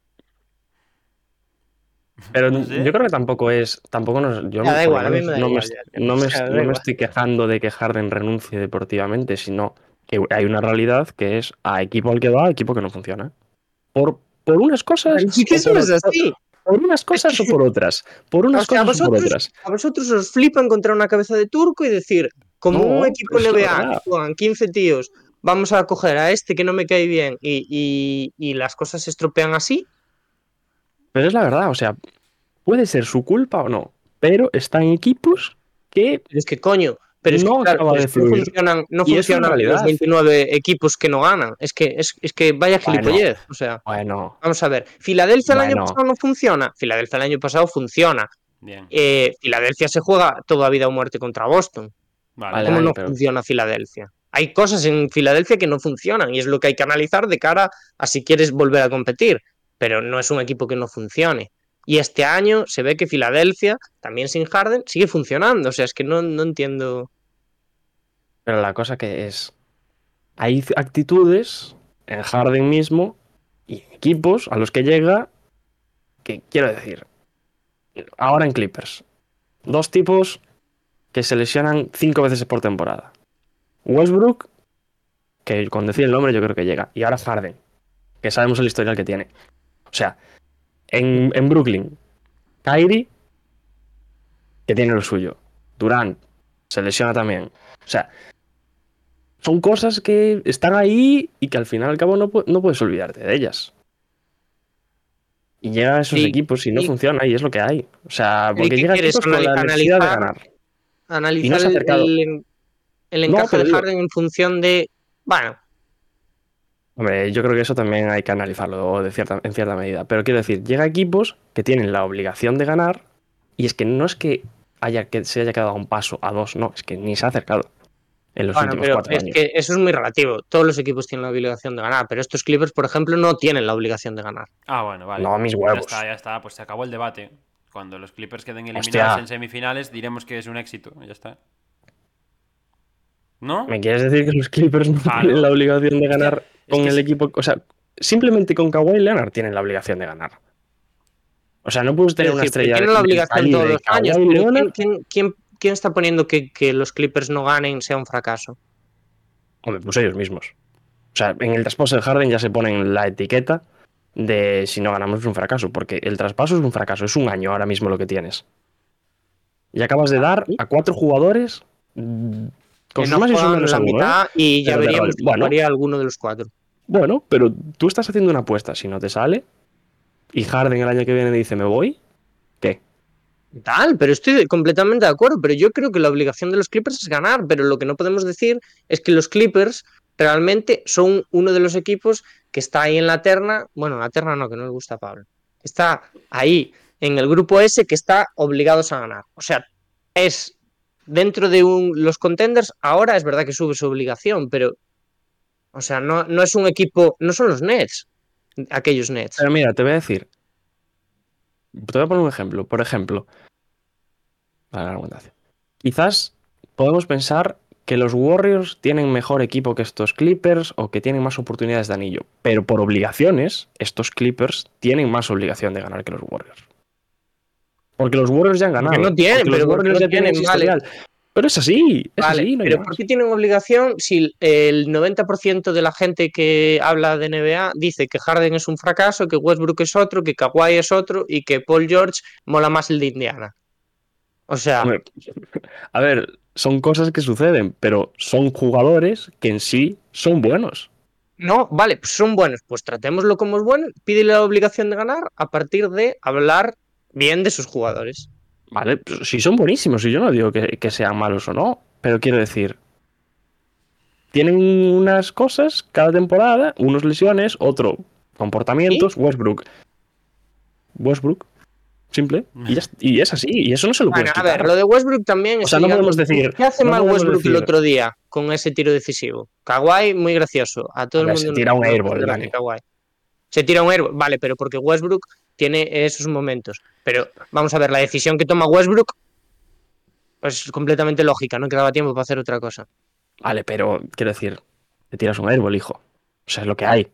Pero No sé. yo creo que tampoco es. Tampoco nos, yo Ya, da por igual, lo a mí menos me da no, igual, me, ya, no me- o sea, da no me igual. estoy quejando de que Harden renuncie deportivamente, sino que hay una realidad que es a equipo al que va, a equipo que no funciona. Por, por unas cosas. es que o eso por, no es así. por unas cosas o por otras. Por unas O sea, a cosas o por vosotros, otras. a vosotros os flipa encontrar una cabeza de turco y decir, como No, un equipo es la N B A verdad. que juegan quince tíos, vamos a coger a este que no me cae bien y, y- y las cosas se estropean así. Pero es la verdad, o sea, puede ser su culpa o no, pero están equipos que Pero es que coño, pero es No que, claro, acaba pero de es que no fluir. funcionan, no Y es una funcionan realidad. los veintinueve equipos que no ganan. Es que, es, es que vaya Bueno. gilipollez. O sea, bueno, vamos a ver. ¿Filadelfia el año Bueno. pasado no funciona? Filadelfia el año pasado funciona. Bien. Eh, Filadelfia se juega toda vida o muerte contra Boston. Vale. Vale. ¿Cómo Dani, no pero- funciona Filadelfia? Hay cosas en Filadelfia que no funcionan y es lo que hay que analizar de cara a si quieres volver a competir, pero no es un equipo que no funcione. Y este año se ve que Filadelfia, también sin Harden, sigue funcionando. O sea, es que no, no entiendo. pero la cosa que es, hay actitudes en Harden mismo y en equipos a los que llega que, quiero decir, ahora en Clippers, dos tipos que se lesionan cinco veces por temporada. Westbrook, que con decir el nombre yo creo que llega, y ahora Harden, que sabemos el historial que tiene. O sea, en, en Brooklyn, Kyrie, que tiene lo suyo. Durant, se lesiona también. O sea, son cosas que están ahí y que al final y al cabo no, pu- no puedes olvidarte de ellas. Y llegan a esos Sí, equipos y no y- funciona y es lo que hay. O sea, ¿Y porque qué llega quieres? equipos con la Anali- necesidad de analizar- ganar. Analizar Y no se ha el, acercado. el- el No, encaje pero de digo- Harden en función de. Bueno, Hombre, yo creo que eso también hay que analizarlo de cierta, en cierta medida. Pero quiero decir, llega a equipos que tienen la obligación de ganar y es que no es que, haya, que se haya quedado a un paso, a dos, no, es que ni se ha acercado en los Bueno, últimos pero cuatro es años. que eso es muy relativo. Todos los equipos tienen la obligación de ganar, pero estos Clippers, por ejemplo, no tienen la obligación de ganar. Ah, bueno, vale. No, mis Ya está, huevos. ya está. Pues se acabó el debate. Cuando los Clippers queden eliminados Hostia, en semifinales, diremos que es un éxito. Ya está. ¿No? ¿me quieres decir que los Clippers no tienen la Claro. obligación de Hostia, ganar es con que el es- equipo? O sea, simplemente con Kawhi Leonard tienen la obligación de ganar. O sea, no puedes Quiero tener una decir, pero estrella tienen la del obligación todos calibre de los años, Kawhi pero ¿quién, Leonard. quién, quién, quién está poniendo que, que los Clippers no ganen sea un fracaso? Hombre, pues ellos mismos. O sea, en el traspaso de Harden ya se ponen la etiqueta de si no ganamos es un fracaso, porque el traspaso es un fracaso, es un año ahora mismo lo que tienes. Y acabas de dar a cuatro jugadores mm, con Que sus no más y sus juegan menos la alguno, ¿eh? mitad y ya Pero de rol. veríamos si Bueno, jugaría alguno de los cuatro. bueno, pero tú estás haciendo una apuesta, si no te sale, y Harden el año que viene dice me voy, ¿qué? Tal, pero estoy completamente de acuerdo. Pero yo creo que la obligación de los Clippers es ganar. Pero lo que no podemos decir es que los Clippers realmente son uno de los equipos que está ahí en la terna. Bueno, en la terna no, que no le gusta a Pablo. Está ahí en el grupo S que está obligados a ganar. O sea, es dentro de un, los contenders. Ahora es verdad que sube su obligación, pero, o sea, no, no es un equipo, no son los Nets, aquellos Nets. Pero mira, te voy a decir, te voy a poner un ejemplo. Por ejemplo, para la argumentación. Quizás podemos pensar que los Warriors tienen mejor equipo que estos Clippers o que tienen más oportunidades de anillo, pero por obligaciones, estos Clippers tienen más obligación de ganar que los Warriors. Porque los Warriors ya han Porque ganado, no tienen, porque los pero porque Warriors no ya tienen tienen, ese vale. historial. Pero es así, es Vale, así, no hay pero ¿por más. qué tienen obligación si el noventa por ciento de la gente que habla de N B A dice que Harden es un fracaso, que Westbrook es otro, que Kawhi es otro y que Paul George mola más el de Indiana? O sea, Hombre, a ver, son cosas que suceden, pero son jugadores que en sí son buenos. no, vale, pues son buenos, pues tratémoslo como es bueno, pídele la obligación de ganar a partir de hablar bien de sus jugadores. Vale, pues sí son buenísimos, y yo no digo que, que sean malos o no, pero quiero decir, tienen unas cosas cada temporada, unos lesiones, otro ¿Sí? comportamientos, Westbrook. Westbrook, simple. Y, ya, y es así, y eso no se lo Bueno, puedes a ver, quitar. lo de Westbrook también O estoy sea, no llegando. podemos decir, ¿Qué hace no mal podemos Westbrook el decir, otro día con ese tiro decisivo? Kawhi, muy gracioso. A todo a el ver, se mundo nos, tira un nos hace airball, gracia Dani. Kawhi. Se tira un airball, vale, pero porque Westbrook tiene esos momentos. Pero vamos a ver, la decisión que toma Westbrook es completamente lógica, no quedaba tiempo para hacer otra cosa. Vale, pero quiero decir, te tiras un airball, hijo. O sea, es lo que hay.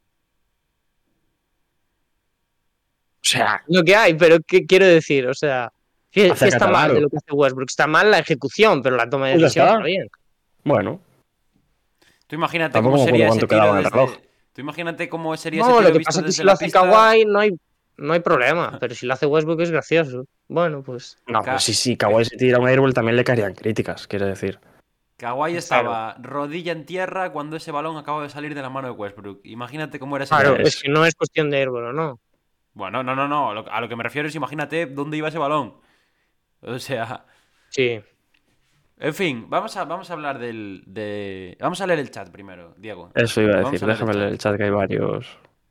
O sea, Lo que hay, pero ¿qué quiero decir? O sea, ¿qué, qué está acércate al mal de aro. lo que hace Westbrook? Está mal la ejecución, pero la toma de Pues ya decisión está está. bien. Bueno, Tú imagínate cómo tampoco me acuerdo sería ese cuánto tiro quedaba en el reloj. desde. Tú imagínate cómo sería ese No, lo tiro que visto pasa es que si desde lo la hace pista. Kawhi no hay, no hay problema, pero si lo hace Westbrook es gracioso. Bueno, pues No, pues Ka- sí, sí, Kawhi se tira un airball también le caerían críticas, quiero decir. Kawhi cero. estaba rodilla en tierra cuando ese balón acaba de salir de la mano de Westbrook. Imagínate cómo era ese Claro, tiro. Ya es ves. que no es cuestión de airball, ¿no? Bueno, no, no, no. lo- A lo que me refiero es imagínate dónde iba ese balón. O sea. Sí. En fin, vamos a, vamos a hablar del. De... Vamos a leer el chat primero, Diego. Eso iba a Vamos decir, a leer el déjame leer chat. el chat que hay varios.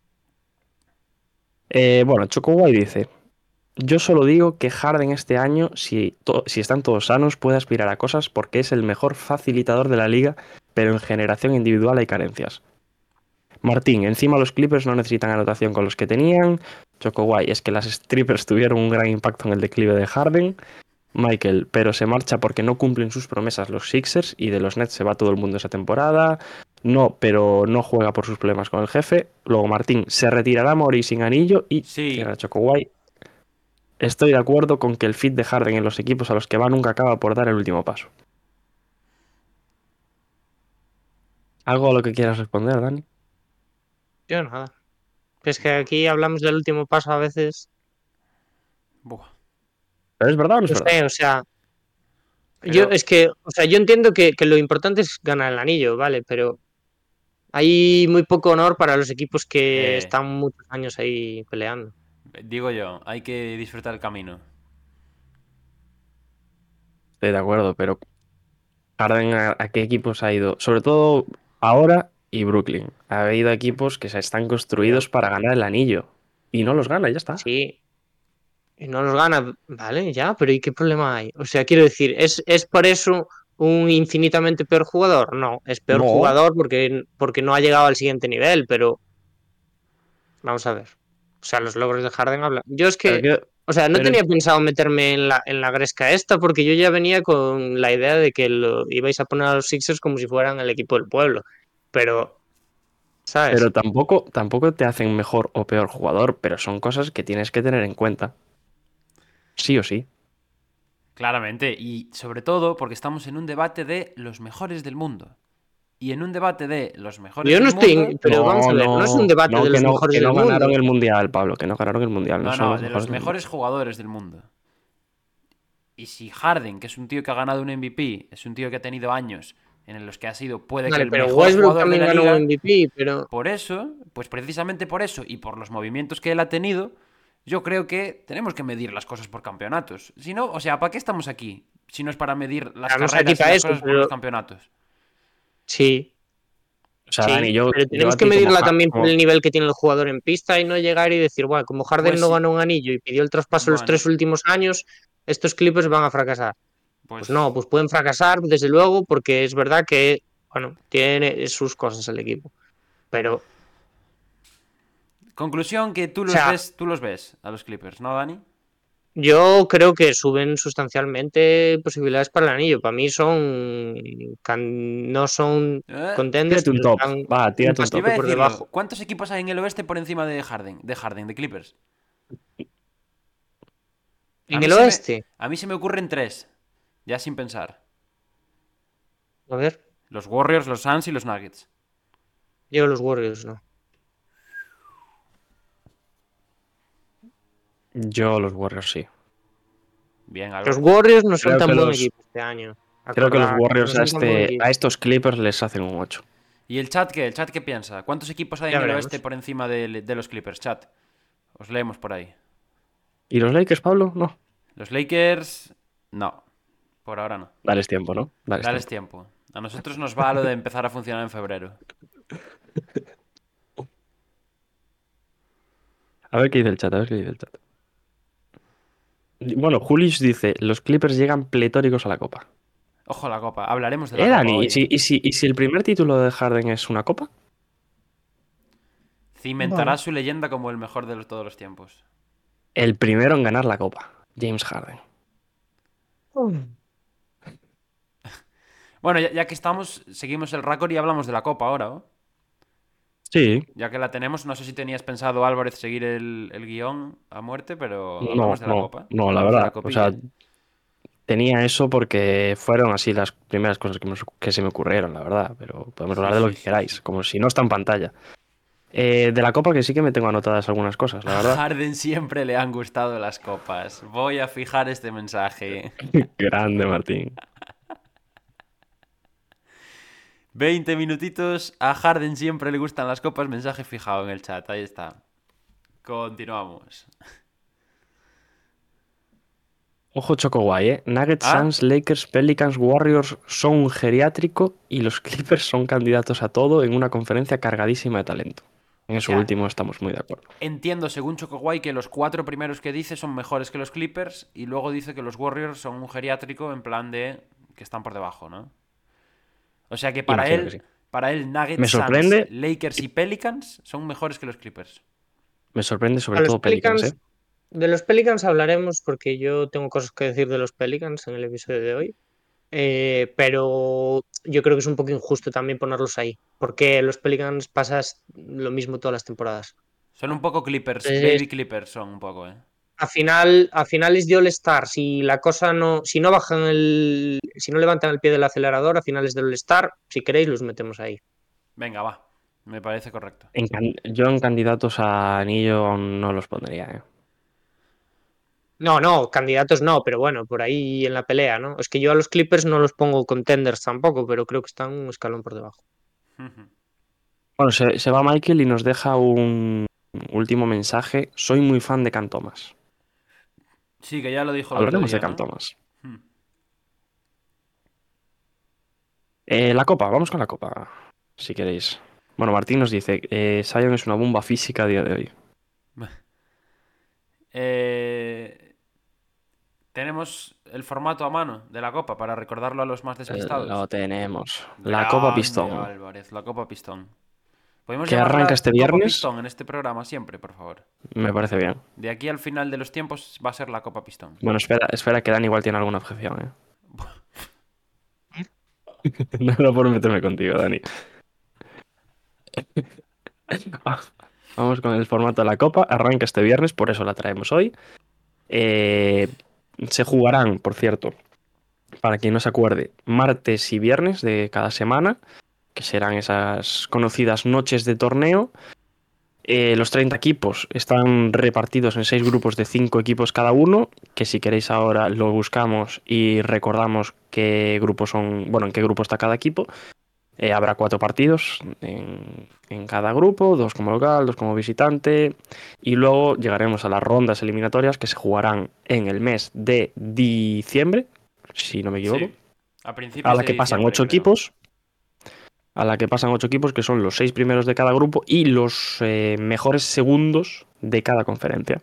Eh, bueno, Chocoway dice: Yo solo digo que Harden este año, si, to- si están todos sanos, puede aspirar a cosas porque es el mejor facilitador de la liga, pero en generación individual hay carencias. Martín, encima los Clippers no necesitan anotación con los que tenían. Chocoway, es que las strippers tuvieron un gran impacto en el declive de Harden. Michael, pero se marcha porque no cumplen sus promesas los Sixers y de los Nets se va todo el mundo esa temporada. No, pero no juega por sus problemas con el jefe. Luego Martín, se retirará Mori sin anillo y Sí. cierra Chocoway. Estoy de acuerdo con que el fit de Harden en los equipos a los que va nunca acaba por dar el último paso. ¿Algo a lo que quieras responder, Dani? Yo nada. Es que aquí hablamos del último paso a veces. Buah. ¿Pero es verdad o no es No verdad? sé, o sea, yo Pero. es que, o sea, yo entiendo que, que lo importante es ganar el anillo, ¿vale? Pero hay muy poco honor para los equipos que Eh, están muchos años ahí peleando. digo yo, hay que disfrutar el camino. Estoy de acuerdo, pero Harden a, a qué equipos ha ido. Sobre todo ahora y Brooklyn. Ha habido equipos que se están construidos para ganar el anillo y no los gana, y ya está. Sí, y no los gana, vale, ya, pero ¿y qué problema hay? O sea, quiero decir, ¿es, es por eso un infinitamente peor jugador? No, es peor No, jugador porque, porque no ha llegado al siguiente nivel, pero vamos a ver. O sea, los logros de Harden hablan. Yo es pero que, que, o sea, no pero es- tenía pensado meterme en la, en la gresca esta porque yo ya venía con la idea de que lo ibais a poner a los Sixers como si fueran el equipo del pueblo. Pero, ¿sabes? pero tampoco, tampoco te hacen mejor o peor jugador, pero son cosas que tienes que tener en cuenta. Sí o sí. Claramente, y sobre todo porque estamos en un debate de los mejores del mundo. Y en un debate de los mejores Yo no del estoy, mundo... pero vamos No, a ver, no es un no, debate no, de que los no, mejores que del no ganaron mundo. el mundial, Pablo, que no ganaron el mundial, no, No, son no, los de mejores los del mundo. mejores jugadores del mundo. Y si Harden, que es un tío que ha ganado un M V P, es un tío que ha tenido años en los que ha sido, puede que Vale, el pero mejor Westbrook jugador de también la ganó un liga, M V P, pero por eso, pues precisamente por eso y por los movimientos que él ha tenido, yo creo que tenemos que medir las cosas por campeonatos. Si no, o sea, ¿para qué estamos aquí? Si no es para medir las estamos aquí carreras y para las eso, cosas por los pero campeonatos. sí, O sea, Dani, sí, yo, pero yo tenemos a que ti como, medirla ja- también por como- el nivel que tiene el jugador en pista y no llegar y decir, bueno, como Harden Pues no sí, ganó un anillo y pidió el traspaso los bueno, tres últimos años, estos Clippers van a fracasar. Pues no, pues pues pueden fracasar, desde luego, porque es verdad que, bueno, tiene sus cosas el equipo. Pero, o conclusión que tú los sea, ves, tú los ves a los Clippers, ¿no, Dani? yo creo que suben sustancialmente posibilidades para el anillo. Para mí son, can- no son Eh, contenders, tírate un pero top, están va, un tírate un top. Iba pasito a por decirlo. debajo. ¿Cuántos equipos hay en el oeste por encima de Harden? De Harden, de Clippers. A En mí el se me, oeste, a mí se me ocurren tres, ya sin pensar. a ver, Los Warriors, los Suns y los Nuggets. yo los Warriors, ¿no? Yo los Warriors sí. Bien, Los Álvarez. Warriors no son Creo que tan buen los, equipo este año. creo que los Acordar, no Warriors a, son tan buen este, equipo. a estos Clippers les hacen un ocho. ¿Y el chat qué? ¿El chat qué piensa? ¿Cuántos equipos hay Ya en el veremos. oeste por encima de, de los Clippers? Chat. Os leemos por ahí. ¿Y los Lakers, Pablo? No. Los Lakers... No. Por ahora no. Dales tiempo, ¿no? Dales Dales tiempo. tiempo. A nosotros nos va lo de empezar a funcionar en febrero. A ver qué dice el chat, a ver qué dice el chat. Bueno, Julius dice, los Clippers llegan pletóricos a la Copa. Ojo la copa. Hablaremos de la Eh, copa Dani, hoy, ¿y si, ¿eh? y, si, ¿y si el primer título de Harden es una Copa? Cimentará su leyenda como el mejor de los- todos los tiempos. El primero en ganar la Copa, James Harden. Bueno, ya, ya que estamos, seguimos el récord y hablamos de la copa ahora, ¿no? Sí, Ya que la tenemos, no sé si tenías pensado, Álvarez, seguir el, el guión a muerte, pero no, hablamos de la no, copa. no, la Hablamos de la verdad. O copilla. sea, tenía eso porque fueron así las primeras cosas que, me- que se me ocurrieron, la verdad. Pero podemos Sí, hablar de lo sí, que sí, queráis, sí. como si no está en pantalla. Eh, de la Copa que sí que me tengo anotadas algunas cosas, la A verdad. Harden siempre le han gustado las copas. Voy a fijar este mensaje. Grande, Martín. veinte minutitos. A Harden siempre le gustan las copas. Mensaje fijado en el chat. Ahí está. Continuamos. Ojo choco guay, ¿eh? Nuggets, Ah, Suns, Lakers, Pelicans, Warriors son un geriátrico y los Clippers son candidatos a todo en una conferencia cargadísima de talento. En o eso sea, último estamos muy de acuerdo. entiendo según Chocoguay que los cuatro primeros que dice son mejores que los Clippers y luego dice que los Warriors son un geriátrico en plan de que están por debajo, ¿no? O sea que para Imagino él, que sí. para él Nuggets, Me sorprende- Suns, Lakers y Pelicans son mejores que los Clippers. Me sorprende sobre A los todo Pelicans, Pelicans, ¿eh? de los Pelicans hablaremos porque yo tengo cosas que decir de los Pelicans en el episodio de hoy. Eh, pero yo creo que es un poco injusto también ponerlos ahí, porque los Pelicans pasas lo mismo todas las temporadas. Son un poco Clippers, Entonces, Baby Clippers son un poco, ¿eh? a final, a finales de All-Star, si la cosa no, si no bajan el, si no levantan el pie del acelerador a finales del All-Star, si queréis los metemos ahí. Venga, va. Me parece correcto. En can- yo en candidatos a anillo aún no los pondría, ¿eh? No, no, candidatos no, pero bueno, por ahí en la pelea, ¿no? Es que yo a los Clippers no los pongo contenders tampoco, pero creo que están un escalón por debajo. Bueno, se, se va Michael y nos deja un último mensaje. Soy muy fan de Cam Thomas. Sí, que ya lo dijo el otro Hablaremos día, de Cam ¿no? Thomas. Hmm. Eh, la Copa, vamos con la Copa, si queréis. Bueno, Martín nos dice, eh, Sion es una bomba física a día de hoy. Eh, tenemos el formato a mano de la copa para recordarlo a los más Eh, lo despistados. tenemos. La Copa Grande Pistón, Álvarez, la Copa Pistón. ¿Podemos que arranca llamarla este Copa viernes, Pistón en este programa siempre, por favor? me parece bien. De aquí al final de los tiempos va a ser la Copa Pistón. Bueno, espera, espera que Dani igual tiene alguna objeción, ¿eh? No era por meterme contigo, Dani. Ah, vamos con el formato de la Copa. Arranca este viernes, por eso la traemos hoy. Eh, se jugarán, por cierto, para quien no se acuerde, martes y viernes de cada semana, que serán esas conocidas noches de torneo. Eh, los treinta equipos están repartidos en seis grupos de cinco equipos cada uno, que si queréis ahora lo buscamos y recordamos qué grupos son, bueno, en qué grupo está cada equipo. Eh, habrá cuatro partidos en, en cada grupo, dos como local, dos como visitante, y luego llegaremos a las rondas eliminatorias que se jugarán en el mes de diciembre, si no me equivoco, Sí, a a principios la de que pasan diciembre, ocho creo. equipos, a la que pasan ocho equipos que son los seis primeros de cada grupo y los eh, mejores segundos de cada conferencia.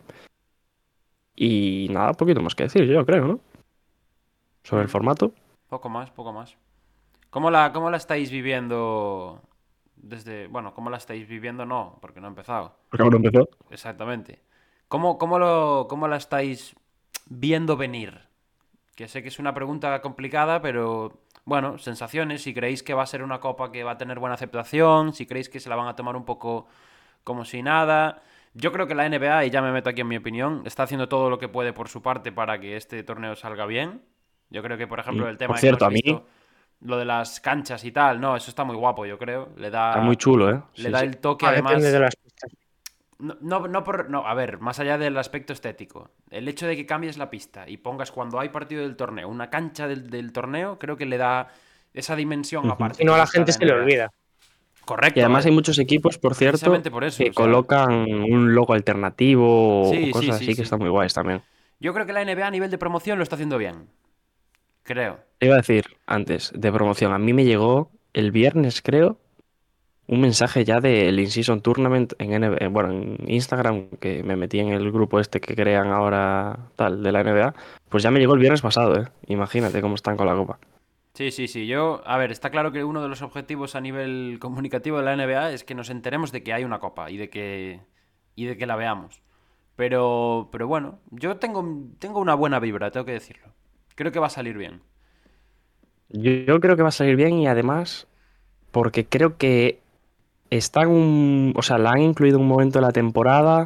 Y nada, poquito más que decir, yo creo, ¿no? Sobre el Mm, formato. poco más, poco más. ¿Cómo la, cómo la estáis viviendo desde... Bueno, ¿cómo la estáis viviendo? No, porque no ha empezado. Porque ahora empezó. Exactamente. ¿Cómo, cómo lo, cómo la estáis viendo venir? Que sé que es una pregunta complicada, pero bueno, sensaciones, si creéis que va a ser una copa que va a tener buena aceptación, si creéis que se la van a tomar un poco como si nada. Yo creo que la N B A, y ya me meto aquí en mi opinión, está haciendo todo lo que puede por su parte para que este torneo salga bien. Yo creo que, por ejemplo, el Por tema que cierto, hemos a mí visto, lo de las canchas y tal, no, eso está muy guapo, yo creo. Le está muy da, chulo, ¿eh? le Sí, da sí. el toque, Ah, depende de además, las pistas. no, no, no por. No, a ver, más allá del aspecto estético. El hecho de que cambies la pista y pongas cuando hay partido del torneo una cancha del, del torneo, creo que le da esa dimensión Ujú. aparte Si que no, a la busca gente la se le N B A. olvida. Y Correcto, además eh, hay muchos equipos, por cierto, precisamente por eso, que o sea. colocan un logo alternativo o Sí, sí, cosas sí, así que sí. están muy guays también. Yo creo que la N B A a nivel de promoción lo está haciendo bien. Creo. Te iba a decir antes de promoción, a mí me llegó el viernes, creo, un mensaje ya del In-Season Tournament en, N B A, bueno, en Instagram, que me metí en el grupo este que crean ahora tal de la N B A, pues ya me llegó el viernes pasado, ¿eh? Imagínate cómo están con la copa. Sí, sí, sí. Yo, a ver, está claro que uno de los objetivos a nivel comunicativo de la N B A es que nos enteremos de que hay una copa y de que y de que la veamos. Pero, pero bueno, yo tengo, tengo una buena vibra, tengo que decirlo. Creo que va a salir bien. Yo, yo creo que va a salir bien y además, porque creo que está en un, o sea, la han incluido en un momento de la temporada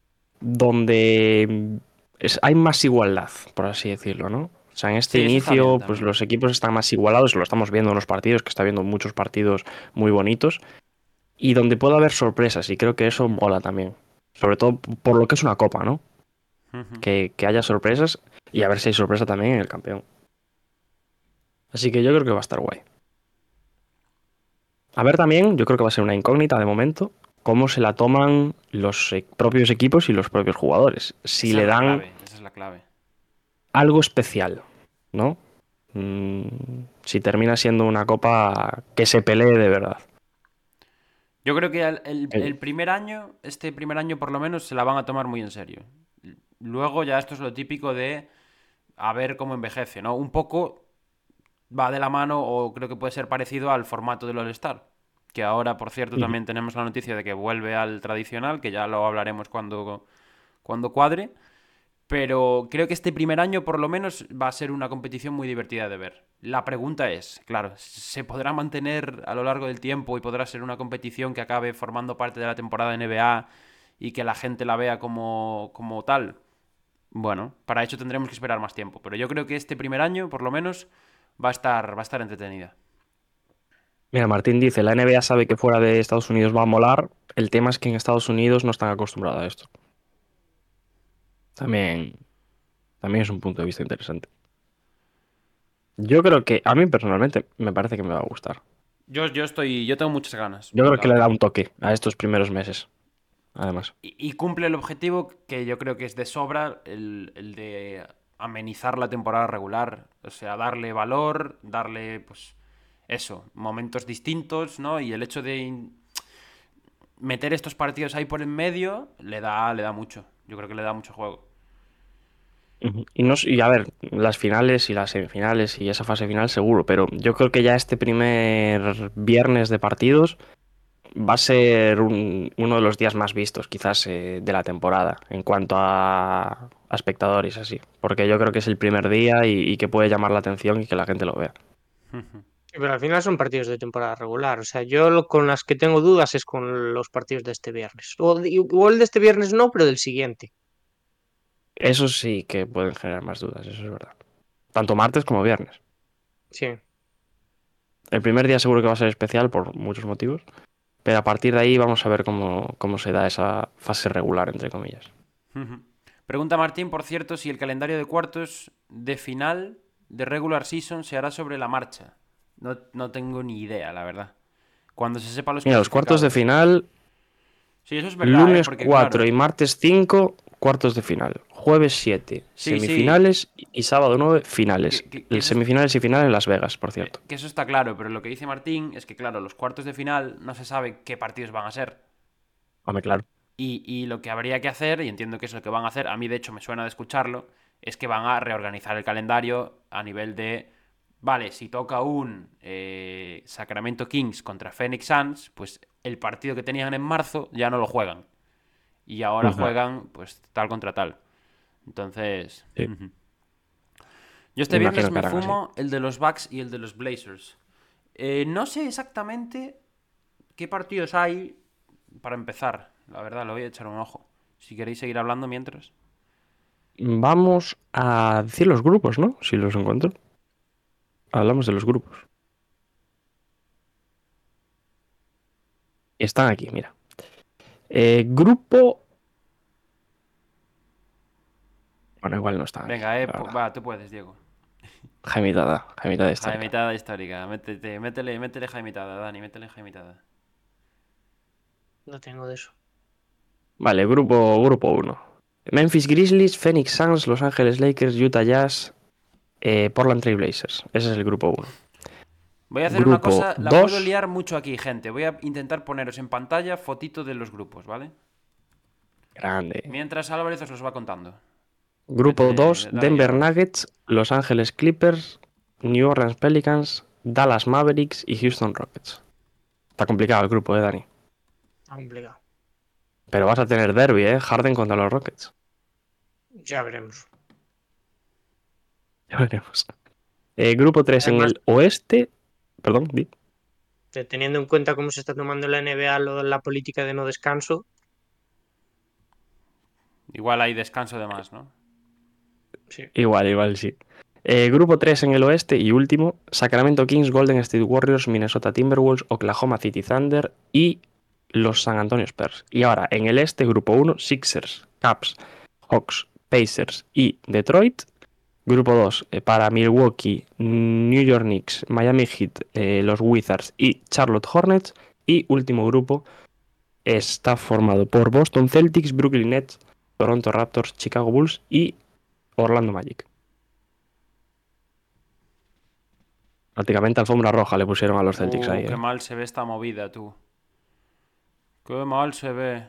donde es- hay más igualdad, por así decirlo, ¿no? O sea, en este Sí, eso está bien inicio, pues también. los equipos están más igualados, lo estamos viendo en los partidos, que está viendo muchos partidos muy bonitos, y donde puede haber sorpresas, y creo que eso mola también. Sobre todo por lo que es una copa, ¿no? Ujú. Que, que haya sorpresas, y a ver si hay sorpresa también en el campeón. Así que yo creo que va a estar guay. A ver también, yo creo que va a ser una incógnita de momento, cómo se la toman los eh, propios equipos y los propios jugadores. Si Esa es le la dan clave, esa es la clave. algo especial, ¿no? Mm, si termina siendo una copa que se pelee de verdad. Yo creo que el, el- Eh, el primer año, este primer año por lo menos, se la van a tomar muy en serio. Luego ya esto es lo típico de a ver cómo envejece, ¿no? Un poco va de la mano o creo que puede ser parecido al formato del All-Star. Que ahora, por cierto, Ujú. también tenemos la noticia de que vuelve al tradicional, que ya lo hablaremos cuando, cuando cuadre. Pero creo que este primer año, por lo menos, va a ser una competición muy divertida de ver. La pregunta es, claro, ¿se podrá mantener a lo largo del tiempo y podrá ser una competición que acabe formando parte de la temporada de N B A y que la gente la vea como, como tal? Bueno, para eso tendremos que esperar más tiempo. Pero yo creo que este primer año, por lo menos, va a estar, va a estar entretenida. Mira, Martín dice, la N B A sabe que fuera de Estados Unidos va a molar. El tema es que en Estados Unidos no están acostumbrados a esto. También, también es un punto de vista interesante. Yo creo que, a mí personalmente, me parece que me va a gustar. Yo, yo estoy. Yo tengo muchas ganas, Yo creo la que le da verdad. un toque a estos primeros meses, además. Y, y cumple el objetivo que yo creo que es de sobra, el, el de amenizar la temporada regular. O sea, darle valor, darle, pues, eso, momentos distintos, ¿no? Y el hecho de. in- meter estos partidos ahí por en medio le da, le da mucho. Yo creo que le da mucho juego. Ujú. Y, no, s- y a ver, las finales y las semifinales y esa fase final seguro, pero yo creo que ya este primer viernes de partidos va a ser un- uno de los días más vistos quizás eh, de la temporada en cuanto a, a espectadores así, porque yo creo que es el primer día y, y que puede llamar la atención y que la gente lo vea. Sí, pero al final son partidos de temporada regular. O sea, yo lo- con las que tengo dudas es con los partidos de este viernes. O de- igual de este viernes no, pero del siguiente. Eso sí que pueden generar más dudas, eso es verdad. Tanto martes como viernes. Sí. El primer día seguro que va a ser especial por muchos motivos, pero a partir de ahí vamos a ver cómo, cómo se da esa fase regular, entre comillas. Pregunta Martín, por cierto, si el calendario de cuartos de final de regular season se hará sobre la marcha. No, no tengo ni idea, la verdad. Cuando se sepa los Mira, los cuartos de clasificados. final, Sí, eso es verdad, ¿eh? lunes Porque cuatro claro. y martes cinco, cuartos de final. Jueves siete, Sí, sí. semifinales y sábado nueve, finales. Que, que- que El eso es- semifinales y final en Las Vegas, por que, cierto. que eso está claro, pero lo que dice Martín es que, claro, los cuartos de final no se sabe qué partidos van a ser. Hombre, claro. Y, y lo que habría que hacer, y entiendo que es lo que van a hacer, a mí de hecho me suena de escucharlo, es que van a reorganizar el calendario a nivel de, vale, si toca un eh, Sacramento Kings contra Phoenix Suns, pues el partido que tenían en marzo ya no lo juegan. Y ahora Ujú. juegan pues tal contra tal. Entonces... Sí. ujú. Yo este Me imagino viernes que me harán así. fumo el de los Bucks y el de los Blazers. Eh, no sé exactamente qué partidos hay para empezar. La verdad, le voy a echar un ojo. Si queréis seguir hablando mientras. Vamos a decir los grupos, ¿no? Si los encuentro. Hablamos de los grupos. Están aquí, mira. Eh, grupo... Bueno, igual no están aquí, Venga, eh, la pu- verdad. va, tú puedes, Diego. Jaimitada, Jaimitada histórica. Jaimitada histórica. Métete, métele, métele Jaimitada, Dani, métele Jaimitada. No tengo de eso. Vale, grupo, grupo uno. Memphis Grizzlies, Phoenix Suns, Los Ángeles Lakers, Utah Jazz, eh, Portland Trail Blazers. Ese es el grupo uno. Voy a hacer una Grupo cosa, la puedo dos. liar mucho aquí, gente. Voy a intentar poneros en pantalla fotito de los grupos, ¿vale? Grande. Mientras Álvarez os los va contando. Grupo Vete, dos, dale, Denver Álvarez. Nuggets, Los Ángeles Clippers, New Orleans Pelicans, Dallas Mavericks y Houston Rockets. Está complicado el grupo, eh, Dani. Está complicado. Pero vas a tener derby, eh. Harden contra los Rockets. Ya veremos. Ya veremos. Eh, grupo tres en Además, el oeste. Perdón, di. te- teniendo en cuenta cómo se está tomando la N B A lo- la política de no descanso, Igual hay descanso de más, ¿no? sí. Igual, igual, sí. Eh, grupo tres en el oeste y último, Sacramento Kings, Golden State Warriors, Minnesota Timberwolves, Oklahoma City Thunder y los San Antonio Spurs. Y ahora, en el este, grupo uno, Sixers, Caps, Hawks, Pacers y Detroit. Grupo dos, eh, para Milwaukee, New York Knicks, Miami Heat, eh, los Wizards y Charlotte Hornets. Y último grupo está formado por Boston Celtics, Brooklyn Nets, Toronto Raptors, Chicago Bulls y Orlando Magic. Prácticamente alfombra roja le pusieron a los Celtics Uh, ahí, qué ¿eh? mal se ve esta movida, tú. Qué mal se ve.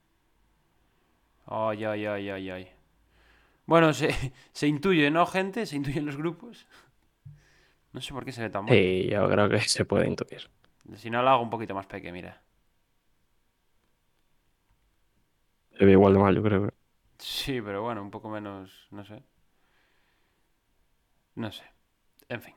Ay, ay, ay, ay, ay. Bueno, se, se intuye, ¿no, gente? Se intuyen los grupos. No sé por qué se ve tan mal. Sí, yo creo que se puede intuir. Si no, lo hago un poquito más peque, mira. Se ve igual de mal, yo creo. Sí, pero bueno, un poco menos, no sé. No sé. En fin.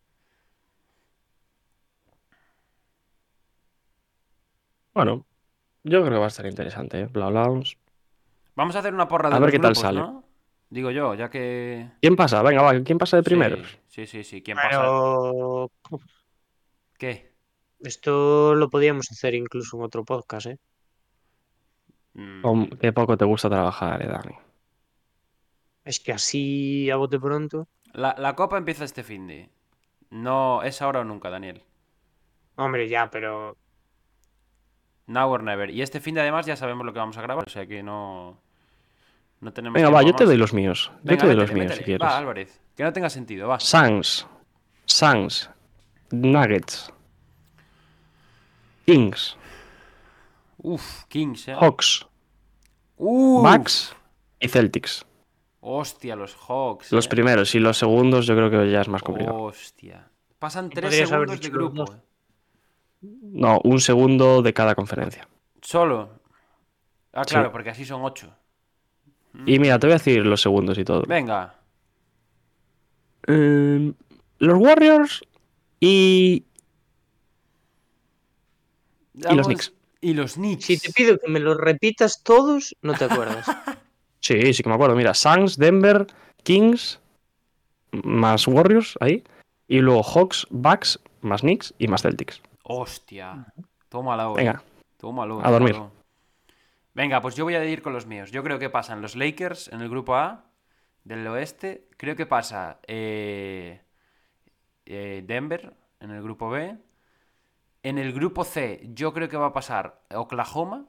Bueno, yo creo que va a estar interesante, ¿eh? Bla, hablamos. Vamos a hacer una porra A de ver los qué tal grupos, sale. ¿no? Digo yo, ya que... ¿Quién pasa? Venga, va, ¿quién pasa de Sí, primeros? sí, sí, sí. ¿Quién pasa? Pero ¿Qué? esto lo podíamos hacer incluso en otro podcast, ¿eh? Con Mm, qué poco te gusta trabajar, eh, Dani. Es que así a bote pronto. La, la copa empieza este finde. No, es ahora o nunca, Daniel. Hombre, ya, pero Now or never. Y este finde además ya sabemos lo que vamos a grabar, o sea que no... No tenemos Venga, va, tiempo yo te más. doy los míos. Yo Venga, te doy los métele, míos si métele. quieres. Va, Álvarez. Que no tenga sentido, va. Suns, Suns, Nuggets, Kings, Uf, Kings, eh. Hawks, Uf. Bucks y Celtics. Hostia, los Hawks. Los eh. primeros y los segundos yo creo que ya es más complicado. Hostia. Pasan Y tres podrías haber segundos de dicho los grupo. dos. eh. No, un segundo de cada conferencia. Solo. Ah, Sí. claro, porque así son ocho. Y mira, te voy a decir los segundos y todo. Venga. Eh, los Warriors y, y los Vamos- Knicks. Y los Knicks. Si te pido que me los repitas todos, no te acuerdas. Sí, sí que me acuerdo. Mira, Suns, Denver, Kings, más Warriors ahí. Y luego Hawks, Bucks, más Knicks y más Celtics. Hostia. Tómalo. eh. Venga, Tómalo. a dormir. tómalo. Venga, pues yo voy a ir con los míos. Yo creo que pasan los Lakers en el grupo A del oeste. Creo que pasa eh, eh, Denver en el grupo B. En el grupo C yo creo que va a pasar Oklahoma.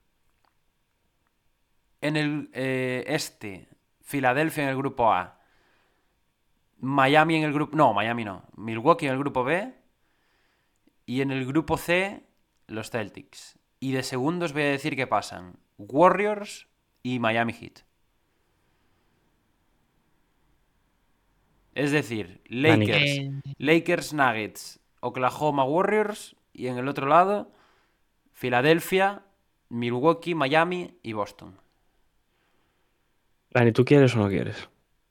En el eh, este, Filadelfia en el grupo A. Miami en el grupo... No, Miami no. Milwaukee en el grupo B. Y en el grupo C, los Celtics. Y de segundos voy a decir que pasan Warriors y Miami Heat. Es decir, Dani. Lakers, Eh, Lakers, Nuggets, Oklahoma Warriors y en el otro lado, Filadelfia, Milwaukee, Miami y Boston. Dani, ¿tú quieres o no quieres?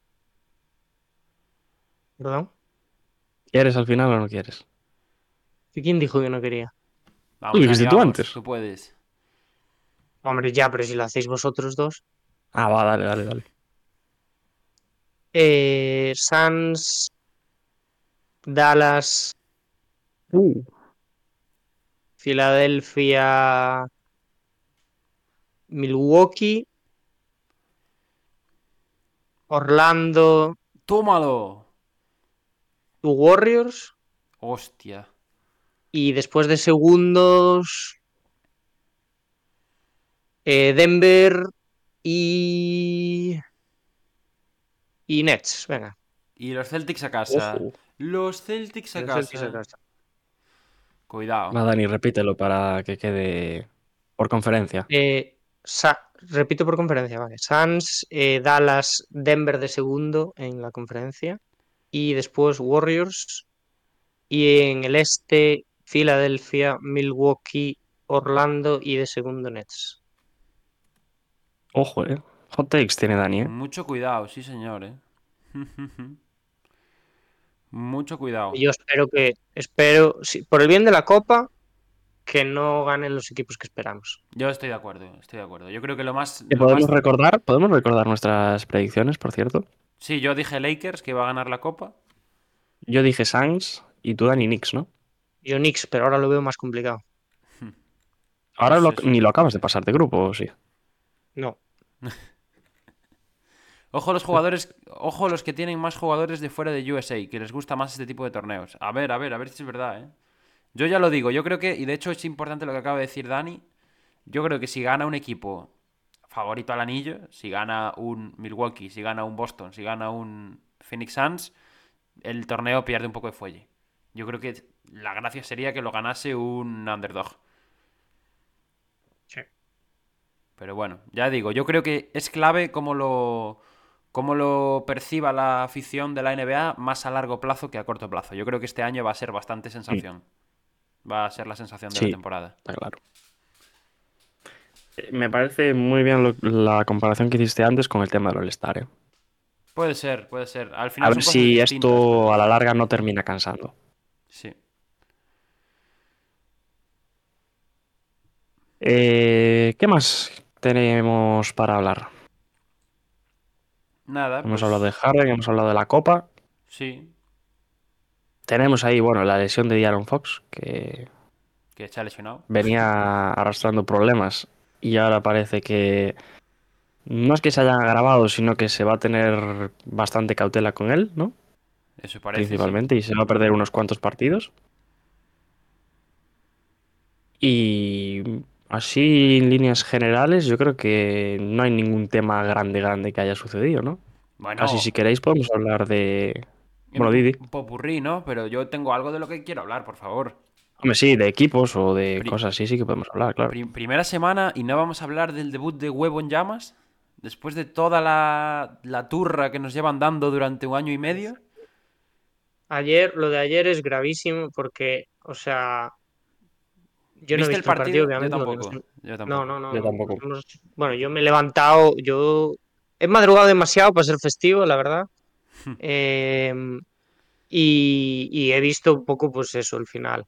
¿Perdón? ¿Quieres al final o no quieres? ¿Y quién dijo que no quería? Vamos, Lo dijiste Dani, tú vamos, antes. tú puedes. Hombre, ya, pero si lo hacéis vosotros dos. Ah, va, dale, dale, dale. Eh, Suns, Dallas, Uh, Filadelfia, Milwaukee, Orlando, ¡Tómalo! Warriors. Hostia. Y después de segundos, eh, Denver y... y Nets. Venga. Y los Celtics a casa. Ojo. Los Celtics a Los casa. Celtics a casa. Cuidado. Va, Dani, repítelo para que quede por conferencia. Eh, Sa- repito por conferencia, vale. Suns, eh, Dallas, Denver de segundo en la conferencia. Y después Warriors. Y en el este, Filadelfia, Milwaukee, Orlando y de segundo Nets. Ojo, eh. Hot takes tiene Dani, eh. Mucho cuidado, sí señor, eh. Mucho cuidado. Y yo espero que, espero, sí, por el bien de la Copa, que no ganen los equipos que esperamos. Yo estoy de acuerdo, estoy de acuerdo. Yo creo que lo más... ¿Que lo ¿Podemos más- recordar? ¿Podemos recordar nuestras predicciones, por cierto? Sí, yo dije Lakers que iba a ganar la Copa. Yo dije Suns y tú Dani Knicks, ¿no? Yo Knicks, pero ahora lo veo más complicado. Ahora Pues lo- eso. ni lo acabas de pasar de grupo, ¿o sí? No. Ojo los jugadores, ojo los que tienen más jugadores de fuera de U S A, que les gusta más este tipo de torneos. A ver, a ver, a ver si es verdad, ¿eh? Yo ya lo digo, yo creo que, y de hecho es importante lo que acaba de decir Dani, yo creo que si gana un equipo favorito al anillo, si gana un Milwaukee, si gana un Boston, si gana un Phoenix Suns, el torneo pierde un poco de fuelle. Yo creo que la gracia sería que lo ganase un underdog. Sí. Pero bueno, ya digo, yo creo que es clave cómo lo, cómo lo perciba la afición de la N B A más a largo plazo que a corto plazo. Yo creo que este año va a ser bastante sensación. Va a ser la sensación de Sí. la temporada. Está claro. Eh, Me parece muy bien lo- la comparación que hiciste antes con el tema del All-Star, ¿eh? Puede ser, puede ser. Al A final ver son cosas si distintas, esto pero- a la larga no termina cansando. Sí. Eh, ¿qué más tenemos para hablar? Nada, Hemos pues, hablado de Harden, hemos hablado de la Copa. sí, Tenemos ahí, bueno, la lesión de De'Aaron Fox, que que se ha lesionado. venía arrastrando problemas y ahora parece que no es que se hayan agravado, sino que se va a tener bastante cautela con él, ¿no? Eso parece, sí. Principalmente, y se va a perder unos cuantos partidos. Y así, en líneas generales, yo creo que no hay ningún tema grande, grande que haya sucedido, ¿no? Bueno, Casi si queréis podemos hablar de... en Bueno, Didi. un popurrí, ¿no? Pero yo tengo algo de lo que quiero hablar, por favor. Hombre, sí, de equipos o de Pri- cosas así sí que podemos hablar, claro. Prim- primera semana y no vamos a hablar del debut de Huevo en Llamas. Después de toda la, la turra que nos llevan dando durante un año y medio. Ayer, lo de ayer es gravísimo porque, o sea, yo no he ¿Viste el visto el partido, partido? Yo obviamente, porque no tampoco. sé. Yo No, tampoco. no, no, Yo no. Nos tampoco. hemos- Bueno, yo me he levantado, yo he madrugado demasiado para ser festivo, la verdad. Eh, y, y he visto un poco, pues eso, el final.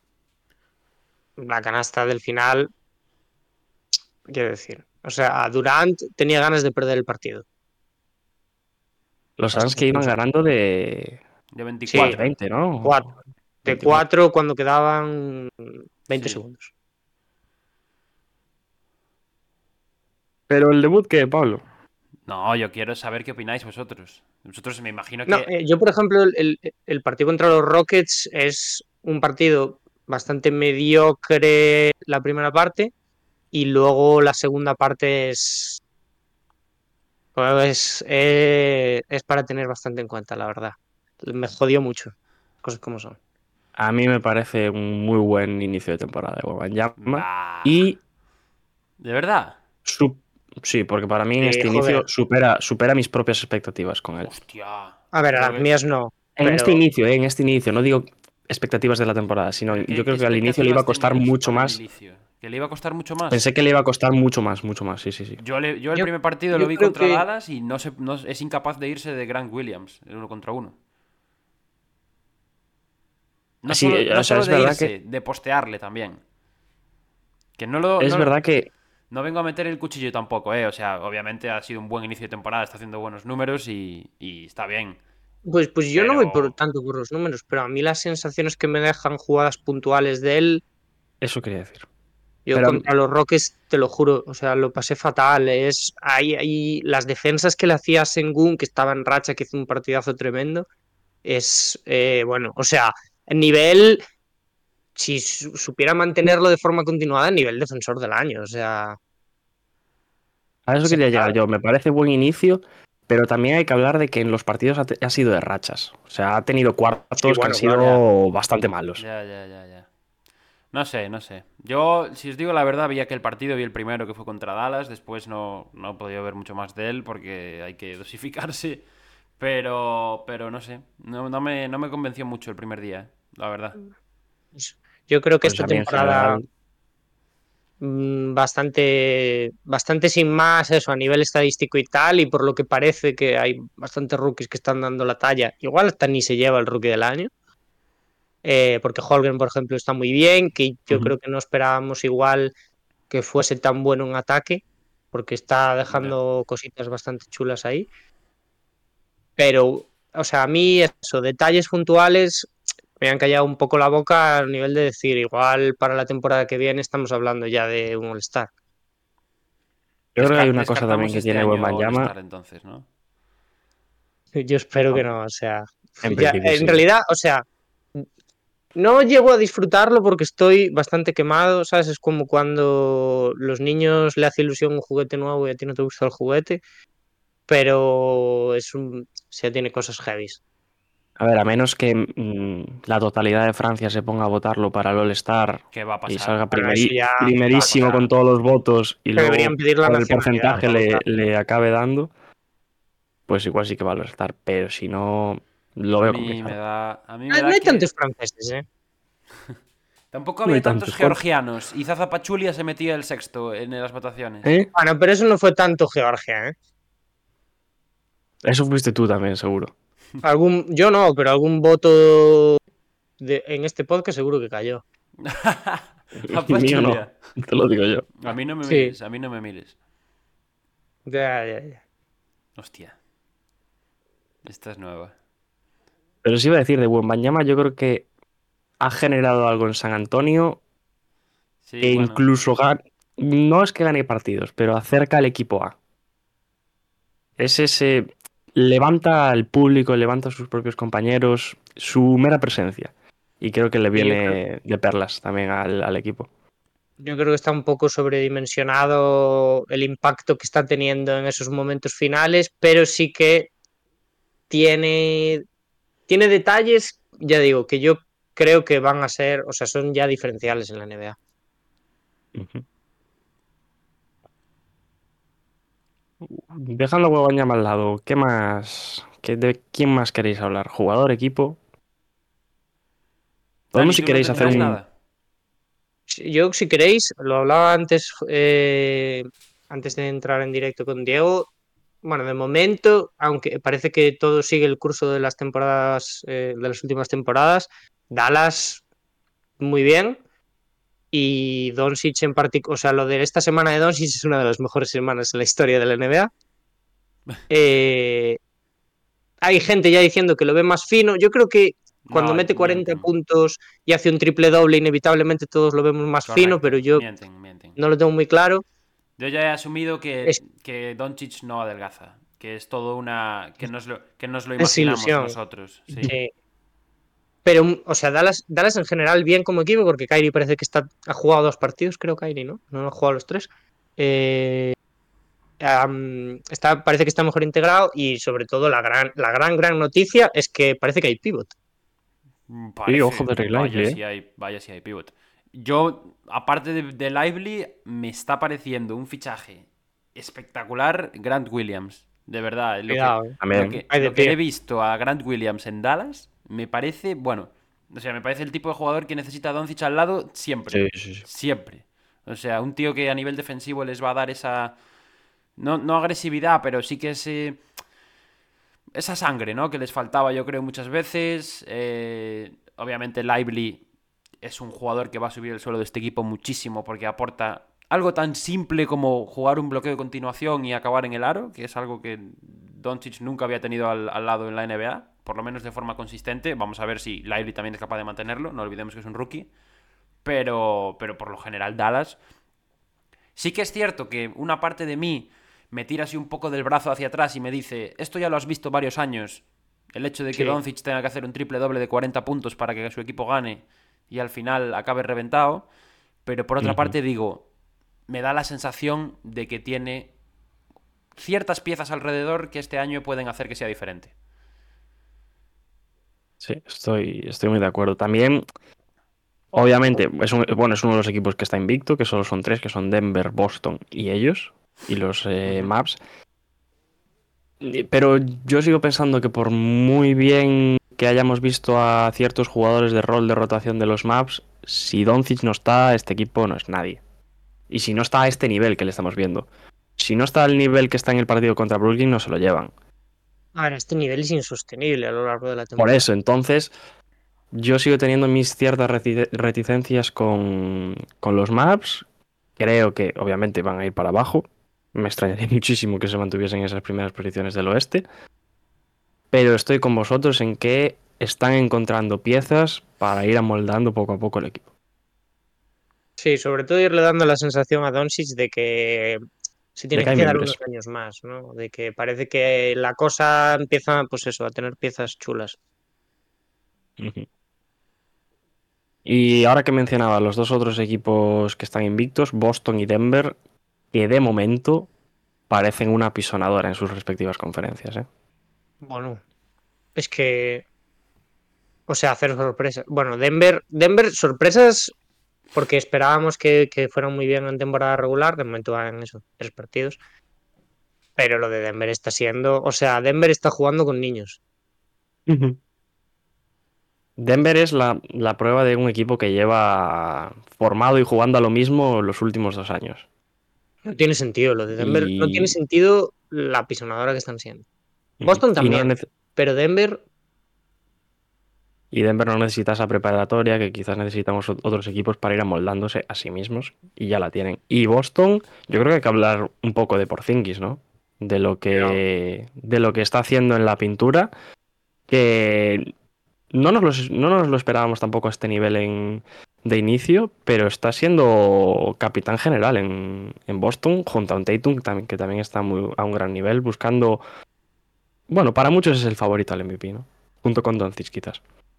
La canasta del final, quiero decir. O sea, Durant tenía ganas de perder el partido. Los Hasta Suns que que iban puso. ganando de De Sí, más veinticuatro. veinte, ¿no? cuatro. De veinticuatro. cuatro cuando quedaban veinte Sí. segundos. Pero el debut, ¿qué, Pablo? No, yo quiero saber qué opináis vosotros. Vosotros me imagino No, que... eh, yo, por ejemplo, el, el- el partido contra los Rockets es un partido bastante mediocre la primera parte y luego la segunda parte es, pues, eh, es para tener bastante en cuenta, la verdad. Me jodió mucho, cosas como son. A mí me parece un muy buen inicio de temporada de Wembanyama. Bah. Y ¿De verdad? su- sí, porque para mí en Sí, este inicio joder. supera, supera mis propias expectativas con él. Hostia. A ver, a Pero las que- mías no, En este pero inicio, eh, en este inicio, no digo expectativas de la temporada, sino pero yo ¿qué, creo qué que al inicio le iba a expectativas costar tenías mucho para el más. inicio? ¿Que le iba a costar mucho más? Pensé que le iba a costar mucho más, mucho más, sí, sí, sí. Yo, le- yo el yo, primer partido lo yo vi creo contra que Dallas y no, se, no es incapaz de irse de Grant Williams, el uno contra uno. No Sí, solo, eh, no o sea, solo es de verdad irse, que de postearle también. Que no lo. es No, verdad que no vengo a meter el cuchillo tampoco, ¿eh? O sea, obviamente ha sido un buen inicio de temporada, está haciendo buenos números y, y está bien. Pues, pues yo no voy por Pero. tanto por los números, pero a mí las sensaciones que me dejan jugadas puntuales de él, eso quería decir. yo Pero contra los Rockets, te lo juro, o sea, lo pasé fatal. Es ahí, ahí las defensas que le hacía a Sengun, que estaba en racha, que hizo un partidazo tremendo, es eh, bueno, o sea, el nivel, si su- supiera mantenerlo de forma continuada, nivel defensor del año, o sea, a eso se quería llegar pasaba. yo. Me parece buen inicio, pero también hay que hablar de que en los partidos ha, te- ha sido de rachas. O sea, ha tenido Sí, cuartos que han bueno, claro, ya. sido bastante malos. Ya, ya, ya, ya. No sé, no sé. Yo, si os digo la verdad, vi aquel partido, vi el primero que fue contra Dallas, después no, no he podido ver mucho más de él porque hay que dosificarse. Pero, pero no sé, no, no me, no me convenció mucho el primer día, ¿eh? La verdad. Yo creo que Pues esta a mí en temporada general. mm, bastante, bastante sin más eso a nivel estadístico y tal, y por lo que parece que hay bastantes rookies que están dando la talla, igual hasta ni se lleva el rookie del año, eh, porque Holgren, por ejemplo, está muy bien, que yo Ujú. creo que no esperábamos igual que fuese tan bueno en ataque, porque está Ya. dejando cositas bastante chulas ahí, pero, o sea, a mí eso, detalles puntuales me han callado un poco la boca a nivel de decir, igual para la temporada que viene estamos hablando ya de un All-Star. Yo creo que hay Descar- una cosa también descartamos que este tiene año Wembanyama. All-Star entonces, ¿no? Yo espero que no, o sea, En ya, principio en sí. realidad, o sea, no llego a disfrutarlo porque estoy bastante quemado, ¿sabes? Es como cuando los niños le hace ilusión un juguete nuevo y a ti no te gusta el juguete, pero es un, o sea, tiene cosas heavies. A ver, a menos que mm, la totalidad de Francia se ponga a votarlo para el All-Star ¿Qué va a y pasar? salga Bueno, eso primeri- ya, o primerísimo sea, con todos los votos y deberían luego pedir la por el nacionalidad porcentaje para le, votar. le acabe dando, pues igual sí que va a All-Star. Pero si no, lo A veo mí me complicado. da, a mí me No, no da hay que tantos franceses, ¿eh? tampoco No hay había tantos tantos. ¿Cuántos? georgianos y Zaza Pachulia se metía el sexto en las votaciones. ¿Eh? Bueno, pero eso no fue tanto Georgia, ¿eh? Eso fuiste tú también, seguro. Algún, yo no, pero algún voto de, en este podcast seguro que cayó. A Mío no, Pachulia. te lo digo yo. A mí no me Sí, mires, a mí no me mires. ya, ya, ya. Hostia, esta es nueva. Pero sí iba a decir, de Wembanyama yo creo que ha generado algo en San Antonio Sí, que bueno. incluso gan- no es que gane partidos, pero acerca al equipo A. Es ese, levanta al público, levanta a sus propios compañeros, su mera presencia. Y creo que le Y yo creo, viene de perlas también al, al equipo. yo creo que está un poco sobredimensionado el impacto que está teniendo en esos momentos finales, pero sí que tiene, tiene detalles, ya digo, que yo creo que van a ser, o sea, son ya diferenciales en la N B A. Uh-huh. Dejando Wembanyama al lado, ¿qué más? ¿Qué, ¿De quién más queréis hablar? ¿Jugador, equipo? Dani, Podemos, si ¿tú no queréis, hacer tendrás un... nada? Yo, si queréis, lo hablaba antes, eh, antes de entrar en directo con Diego. Bueno, de momento, aunque parece que todo sigue el curso de las temporadas, eh, de las últimas temporadas, Dallas muy bien. Y Doncic en particular, o sea, lo de esta semana de Doncic es una de las mejores semanas en la historia de la N B A. Eh, hay gente ya diciendo que lo ve más fino. Yo creo que cuando No, mete cuarenta mienten. puntos y hace un triple doble, inevitablemente todos lo vemos más fino, pero Correcto, yo mienten, mienten. no lo tengo muy claro. Yo ya he asumido que, Es, que Doncic no adelgaza, que es todo una... que nos lo, que nos lo es imaginamos ilusión. nosotros. Sí. Sí. Pero, o sea, Dallas, Dallas en general bien como equipo, porque Kyrie parece que está, ha jugado dos partidos, creo Kyrie, ¿no? No ha jugado los tres. Eh, um, está, parece que está mejor integrado y sobre todo la gran, la gran, gran noticia es que parece que hay pivot. Mm, Sí, ojo Parece, de Rick vaya Lively, si ¿eh? hay, vaya si hay pivot. Yo, aparte de, de Lively, me está pareciendo un fichaje espectacular Grant Williams. De verdad, lo que, Cuidado, ¿eh? lo También. que, Hay de lo que pie. he visto a Grant Williams en Dallas me parece, bueno, o sea, me parece el tipo de jugador que necesita a Doncic al lado siempre. Sí, sí, sí. Siempre. O sea, un tío que a nivel defensivo les va a dar esa... No, no agresividad, pero sí que ese... esa sangre, ¿no? Que les faltaba, yo creo, muchas veces. Eh, obviamente, Lively es un jugador que va a subir el suelo de este equipo muchísimo porque aporta algo tan simple como jugar un bloqueo de continuación y acabar en el aro, que es algo que Doncic nunca había tenido al, al lado en la N B A, por lo menos de forma consistente. Vamos a ver si Lively también es capaz de mantenerlo. No olvidemos que es un rookie. Pero, pero por lo general, Dallas. Sí que es cierto que una parte de mí me tira así un poco del brazo hacia atrás y me dice, esto ya lo has visto varios años, el hecho de que Sí. Doncic tenga que hacer un triple doble de cuarenta puntos para que su equipo gane y al final acabe reventado, pero por otra Ujú. parte digo, me da la sensación de que tiene ciertas piezas alrededor que este año pueden hacer que sea diferente. Sí, estoy, estoy muy de acuerdo. También, obviamente, es un, bueno, es uno de los equipos que está invicto, que solo son tres, que son Denver, Boston y ellos, y los eh, Ujú. Mavs. Y- Pero yo sigo pensando que por muy bien que hayamos visto a ciertos jugadores de rol de rotación de los Mavs, si Doncic no está, este equipo no es nadie. Y si no está a este nivel que le estamos viendo. Si no está al nivel que está en el partido contra Brooklyn, no se lo llevan. Ahora, este nivel es insostenible a lo largo de la Por temporada. eso, entonces, yo sigo teniendo mis ciertas reti- reticencias con, con los Mavs. Creo que obviamente van a ir para abajo. Me extrañaría muchísimo que se mantuviesen en esas primeras posiciones del oeste. Pero estoy con vosotros en que están encontrando piezas para ir amoldando poco a poco el equipo. Sí, sobre todo irle dando la sensación a Doncic de que se De tiene que que hay quedar unos mimbres. años más, ¿no? De que parece que la cosa empieza, pues eso, a tener piezas chulas. Ujú. Y ahora que mencionaba los dos otros equipos que están invictos, Boston y Denver, que de momento parecen una apisonadora en sus respectivas conferencias, ¿eh? Bueno, es que, o sea, hacer sorpresas. Bueno, Denver, Denver, sorpresas porque esperábamos que, que fueran muy bien en temporada regular, de momento van en eso, tres partidos. Pero lo de Denver está siendo, o sea, Denver está jugando con niños. Ujú. Denver es la, la prueba de un equipo que lleva formado y jugando a lo mismo los últimos dos años. No tiene sentido lo de Denver, no tiene Y, sentido la apisonadora que están siendo. ujú. Boston y, no también, nece- pero Denver, y Denver no necesita esa preparatoria que quizás necesitamos ot- otros equipos para ir amoldándose a sí mismos, y ya la tienen. Y Boston, yo creo que hay que hablar un poco de Porzingis, ¿no? De lo que, de lo que está haciendo en la pintura, que no nos lo, no nos lo esperábamos tampoco a este nivel en, de inicio, pero está siendo capitán general en, en Boston, junto a un Tatum también, que también está muy, a un gran nivel, buscando... Bueno, para muchos es el favorito al M V P, ¿no? Junto con Doncic, quizás.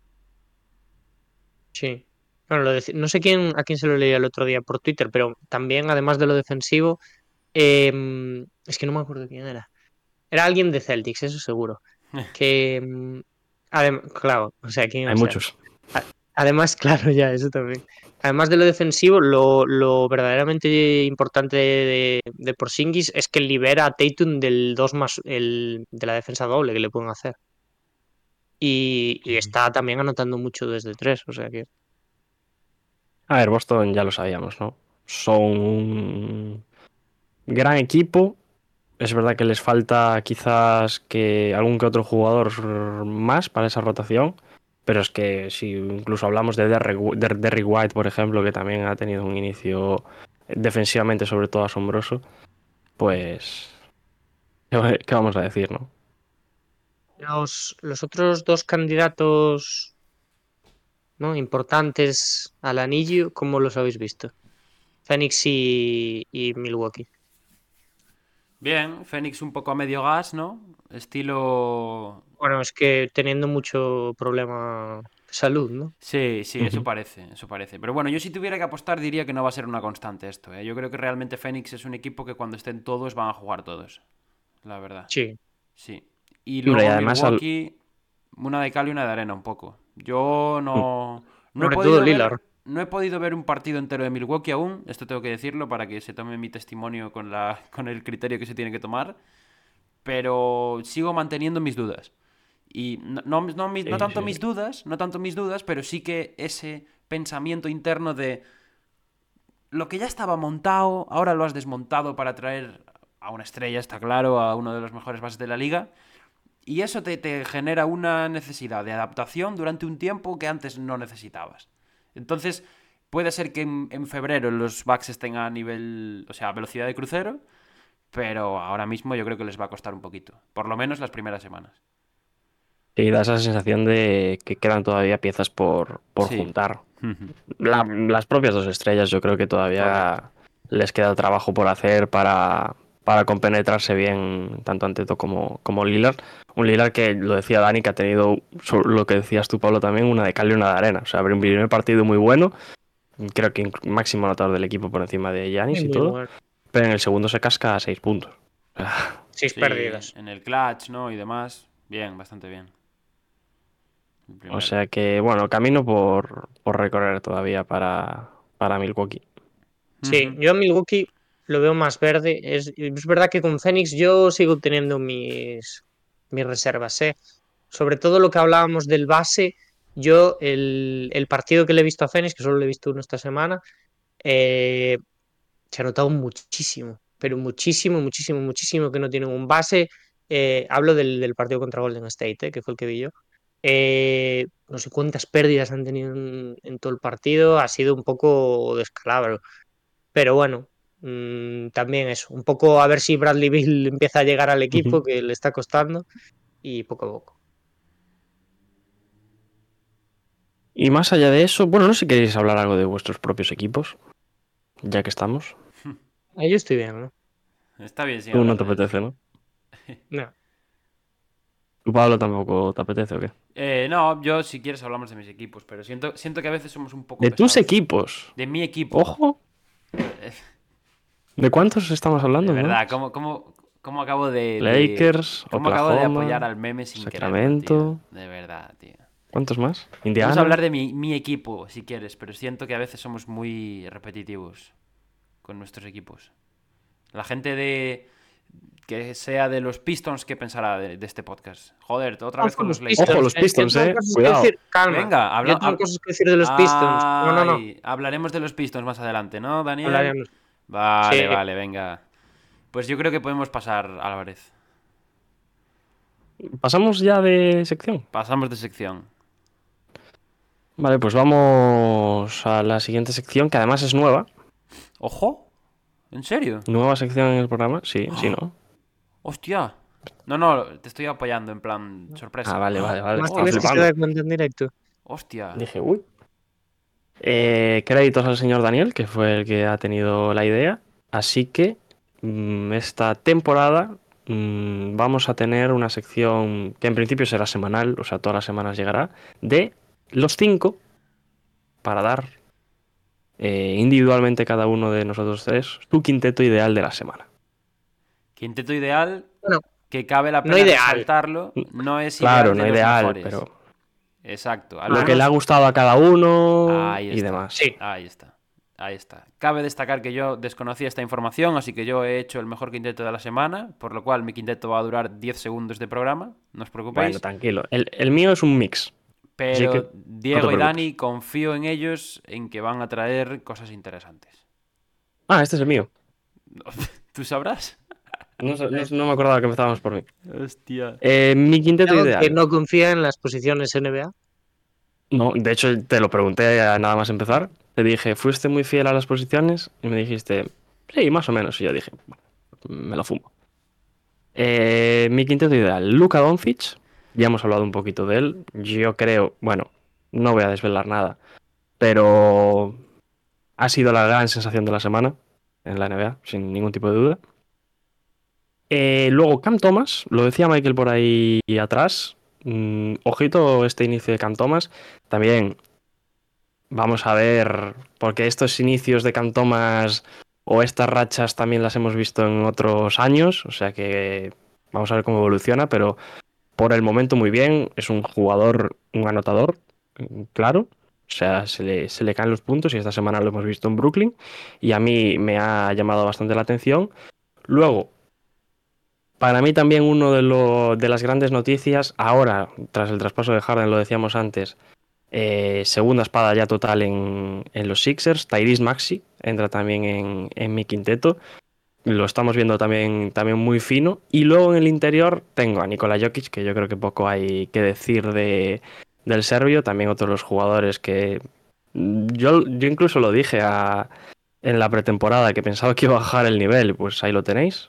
sí. Bueno, lo de- no sé quién, a quién se lo leía el otro día por Twitter, pero también, además de lo defensivo, em, es que no me acuerdo quién era. Era alguien de Celtics, eso seguro. Que, em, adem- claro, o sea, ¿quién iba Hay a ser? muchos. A- Además, claro, ya, eso también. Además de lo defensivo, lo, lo verdaderamente importante de, de, de Porzingis es que libera a Tatum del dos más el, de la defensa doble que le pueden hacer. Y, y está también anotando mucho desde tres, o sea que. A ver, Boston ya lo sabíamos, ¿no? Son un gran equipo. Es verdad que les falta quizás que algún que otro jugador más para esa rotación. Pero es que si incluso hablamos de Derrick, de Derrick White, por ejemplo, que también ha tenido un inicio defensivamente sobre todo asombroso, pues ¿qué qué vamos a decir, no? Los, los otros dos candidatos, ¿no?, importantes al anillo, ¿cómo los habéis visto? Phoenix y, y Milwaukee. Bien, Fénix un poco a medio gas, ¿no? Estilo... Bueno, es que teniendo mucho problema de salud, ¿no? Sí, sí, eso Ujú. parece, eso parece. Pero bueno, yo si tuviera que apostar diría que no va a ser una constante esto, ¿eh? Yo creo que realmente Fénix es un equipo que cuando estén todos van a jugar todos, la verdad. Sí. Sí. Y Hombre, y luego además al- Milwaukee, una de cal y una de arena un poco. Yo no, no he Sobre todo podido Lillard. ver, no he podido ver un partido entero de Milwaukee aún, esto tengo que decirlo para que se tome mi testimonio con la, con el criterio que se tiene que tomar, pero sigo manteniendo mis dudas. Y no, no, no mis- no Sí, tanto sí. mis dudas, no tanto mis dudas, pero sí que ese pensamiento interno de lo que ya estaba montado, ahora lo has desmontado para traer a una estrella, está claro, a uno de los mejores bases de la liga. Y eso te, te genera una necesidad de adaptación durante un tiempo que antes no necesitabas. Entonces, puede ser que en, en febrero los Bucks estén a nivel, o sea, a velocidad de crucero, pero ahora mismo yo creo que les va a costar un poquito. Por lo menos las primeras semanas. Sí, da esa sensación de que quedan todavía piezas por, por Sí. juntar. La- las propias dos estrellas yo creo que todavía les queda trabajo por hacer para, para compenetrarse bien tanto Antetokounmpo como, como Lillard. Un Lillard que, lo decía Dani, que ha tenido, so- lo que decías tú, Pablo, también, una de cal y una de arena. O sea, un primer partido muy bueno, creo que inc- máximo anotador del equipo por encima de Giannis y Muy todo, bueno. pero en el segundo se casca a seis puntos. Ah, Seis Sí, pérdidas. en el clutch, ¿no? Y demás. Bien, bastante bien. El O primero. sea que, bueno, camino por, por recorrer todavía para, para Milwaukee. Sí, Ujú. yo a Milwaukee lo veo más verde. Es, es verdad que con Phoenix yo sigo teniendo mis, mis reservas, ¿eh? Sobre todo lo que hablábamos del base. Yo, el, el partido que le he visto a Phoenix, que solo le he visto uno esta semana, eh, se ha notado muchísimo, pero muchísimo, muchísimo, muchísimo que no tienen un base. Eh, hablo del, del partido contra Golden State, eh, que fue el que vi yo. Eh, no sé cuántas pérdidas han tenido en, en todo el partido, ha sido un poco descalabro. Pero bueno, mmm, también es un poco a ver si Bradley Beal empieza a llegar al equipo, que le está costando, y poco a poco. Y más allá de eso, bueno, no sé si queréis hablar algo de vuestros propios equipos, ya que estamos. Ahí yo estoy bien, ¿no? Está bien sin Tú no hablar te de ellos. apetece, ¿no? No. ¿Tú, Pablo, tampoco te apetece o qué? Eh, no, yo si quieres hablamos de mis equipos, pero siento, siento que a veces somos un poco De tus pesados. equipos. De mi equipo. Ojo. ¿De cuántos estamos De hablando, no? verdad, ¿cómo, cómo, cómo acabo de, de- Lakers, ¿Cómo acabo de Oklahoma, apoyar al meme sin quererlo, Sacramento. tío? De verdad, tío. ¿Cuántos más? Podemos Indiana. hablar de mi, mi equipo, si quieres, pero siento que a veces somos muy repetitivos con nuestros equipos. La gente de que sea de los Pistons, ¿qué pensará de, de este podcast? Joder, otra vez Ojo, con los los Lakers. Ojo, los Pistons. Pistons, yo tengo eh. cosas que Cuidado. decir. Calma. Venga, habla- Yo tengo hab- cosas que decir de los Pistons. No, no, no. Ay, hablaremos de los Pistons más adelante, ¿no, Daniel? Hablaremos. Vale, Sí. vale, venga. Pues yo creo que podemos pasar, Álvarez. ¿Pasamos ya de sección? Pasamos de sección. Vale, pues vamos a la siguiente sección, que además es nueva. ¿Ojo? ¿En serio? Nueva sección en el programa. Sí, sí, ¿no? Hostia. No, no, te estoy apoyando en plan sorpresa. Ah, vale, vale, vale. Más Estaba tienes que se flipando. da cuenta en directo. Hostia. Dije, uy. Eh, créditos al señor Daniel, que fue el que ha tenido la idea. Así que mm, esta temporada mm, vamos a tener una sección que en principio será semanal, o sea, todas las semanas llegará, de los cinco para dar eh, individualmente cada uno de nosotros tres su quinteto ideal de la semana. Quinteto ideal, Bueno, que cabe la no pena ideal. resaltarlo, no es Claro, ideal de no los ideal, mejores. pero Exacto. Lo que Algunos- le ha gustado a cada uno Ahí y está. demás. Sí. Ahí está. Ahí está. Cabe destacar que yo desconocía esta información, así que yo he hecho el mejor quinteto de la semana, por lo cual mi quinteto va a durar diez segundos de programa, no os preocupéis. Bueno, tranquilo. El, el mío es un mix. Pero así que Diego no te y preocupes. Dani, confío en ellos en que van a traer cosas interesantes. Ah, este es el mío. ¿Tú sabrás? No, sé- no, no me acordaba que empezábamos por mí. Hostia. Eh, mi quinteto Algo ideal. que no confía en las posiciones N B A. No, de hecho te lo pregunté a nada más empezar. Te dije, ¿fuiste muy fiel a las posiciones? Y me dijiste, sí, más o menos. Y yo dije, bueno, me lo fumo. Eh, mi quinteto ideal, Luka Doncic. Ya hemos hablado un poquito de él. Yo creo, bueno, no voy a desvelar nada, pero ha sido la gran sensación de la semana en la N B A, sin ningún tipo de duda. Eh, luego Cam Thomas, lo decía Michael por ahí atrás. Mm, ojito este inicio de Cam Thomas. También vamos a ver, porque estos inicios de Cam Thomas o estas rachas también las hemos visto en otros años, o sea que vamos a ver cómo evoluciona, pero por el momento muy bien, es un jugador, un anotador, mm, claro, o sea, se le, se le caen los puntos y esta semana lo hemos visto en Brooklyn y a mí me ha llamado bastante la atención. Luego, para mí también uno de, lo- de las grandes noticias, ahora, tras el traspaso de Harden, lo decíamos antes, eh, segunda espada ya total en, en los Sixers. Tyrese Maxey entra también en, en mi quinteto. Lo estamos viendo también, también muy fino. Y luego en el interior tengo a Nikola Jokic, que yo creo que poco hay que decir de, del serbio. También otros los jugadores que... Yo, yo incluso lo dije a- en la pretemporada, que pensaba que iba a bajar el nivel. Pues ahí lo tenéis.